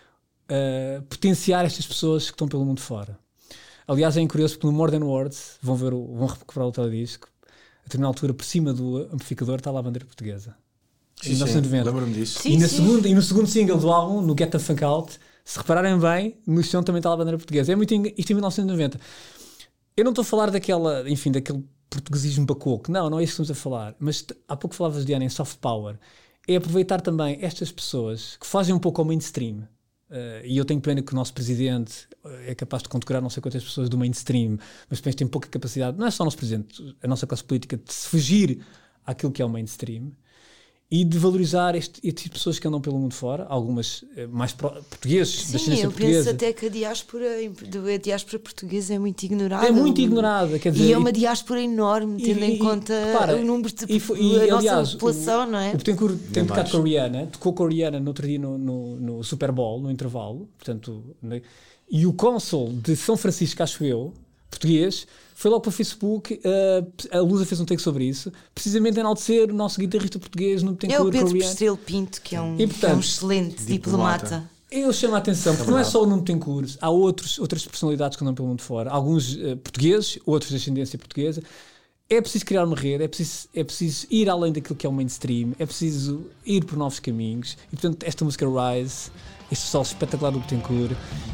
Speaker 4: uh, potenciar estas pessoas que estão pelo mundo fora. Aliás, é curioso porque no More Than Words, vão, ver o, vão recuperar o teledisco, a determinada altura, por cima do amplificador, está lá a bandeira portuguesa.
Speaker 2: Sim, em mil novecentos e noventa. Lembro-me disso.
Speaker 3: Sim,
Speaker 4: e, na
Speaker 3: sim.
Speaker 4: segunda, e no segundo single do álbum, no Get the Funk Out, se repararem bem, no chão também está lá a bandeira portuguesa. É muito isto em mil novecentos e noventa. Eu não estou a falar daquela, enfim, daquele portuguesismo bacoco. Não, não é isso que estamos a falar. Mas há pouco falavas, Diana, em soft power. É aproveitar também estas pessoas que fazem um pouco ao mainstream. Uh, e eu tenho pena que o nosso presidente uh, é capaz de condecorar não sei quantas pessoas do mainstream, mas depois tem pouca capacidade, não é só o nosso presidente, a nossa classe política, de se fugir àquilo que é o mainstream e de valorizar este, este tipo de pessoas que andam pelo mundo fora, algumas eh, mais pro, portugueses,
Speaker 3: Sim,
Speaker 4: da ascendência
Speaker 3: eu
Speaker 4: portuguesa.
Speaker 3: penso até que a diáspora, a diáspora portuguesa é muito ignorada.
Speaker 4: É muito ignorada, quer dizer,
Speaker 3: e é uma
Speaker 4: e,
Speaker 3: diáspora enorme, tendo
Speaker 4: e,
Speaker 3: em conta
Speaker 4: repara,
Speaker 3: o número de
Speaker 4: e, e,
Speaker 3: a
Speaker 4: aliás,
Speaker 3: nossa população,
Speaker 4: o,
Speaker 3: não é?
Speaker 4: O Betancourt tem tocado
Speaker 2: mais.
Speaker 4: com a Rihanna, tocou com a Rihanna no outro dia no, no, no Super Bowl, no intervalo, portanto, né? E o cônsul de São Francisco, acho eu, português, foi logo para o Facebook, uh, a Lusa fez um take sobre isso, precisamente a enaltecer o nosso guitarrista português no Betancourt.
Speaker 3: É o Pedro
Speaker 4: com a Rihanna.
Speaker 3: Estrela Pinto, que é um,
Speaker 4: E, portanto,
Speaker 3: que é um excelente diplomata.
Speaker 2: diplomata.
Speaker 4: Eu chamo a atenção, porque não é só o Nuno Betancourt, há outros, outras personalidades que andam pelo mundo fora, alguns uh, portugueses, outros de ascendência portuguesa. É preciso criar uma rede, é preciso, é preciso ir além daquilo que é o mainstream, é preciso ir por novos caminhos. E, portanto, esta música Rise, este solo espetacular do Betancourt,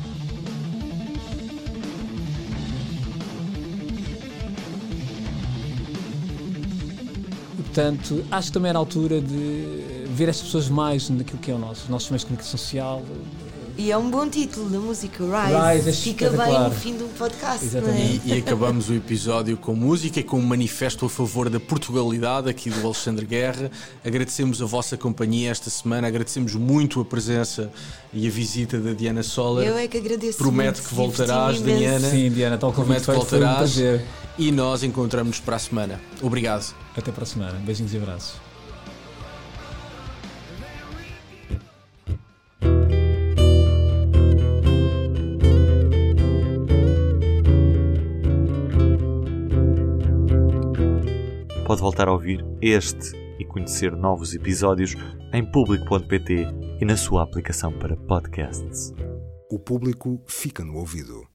Speaker 4: portanto, acho que também era a altura de ver estas pessoas mais naquilo que é o nosso, os nossos meios de comunicação social.
Speaker 3: E é um bom título da música, Rise.
Speaker 4: Rise é
Speaker 3: Fica bem
Speaker 4: espetacular.
Speaker 3: no fim de um podcast,
Speaker 4: Exatamente.
Speaker 3: não é?
Speaker 2: E, e acabamos o episódio com música e com um manifesto a favor da Portugalidade aqui do Alexandre Guerra. Agradecemos a vossa companhia esta semana, agradecemos muito a presença e a visita da Diana Soller.
Speaker 3: Eu é que agradeço.
Speaker 2: Promete
Speaker 3: muito,
Speaker 2: que voltarás,
Speaker 3: diverti-me imenso.
Speaker 2: Diana.
Speaker 4: Sim, Diana, tal convite
Speaker 2: Promete que
Speaker 4: foi, foi um
Speaker 2: voltarás.
Speaker 4: prazer.
Speaker 2: E nós encontramos-nos para a semana. Obrigado.
Speaker 4: Até para a semana. Beijinhos e abraços.
Speaker 1: Pode voltar a ouvir este e conhecer novos episódios em público ponto pt e na sua aplicação para podcasts.
Speaker 8: O Público fica no ouvido.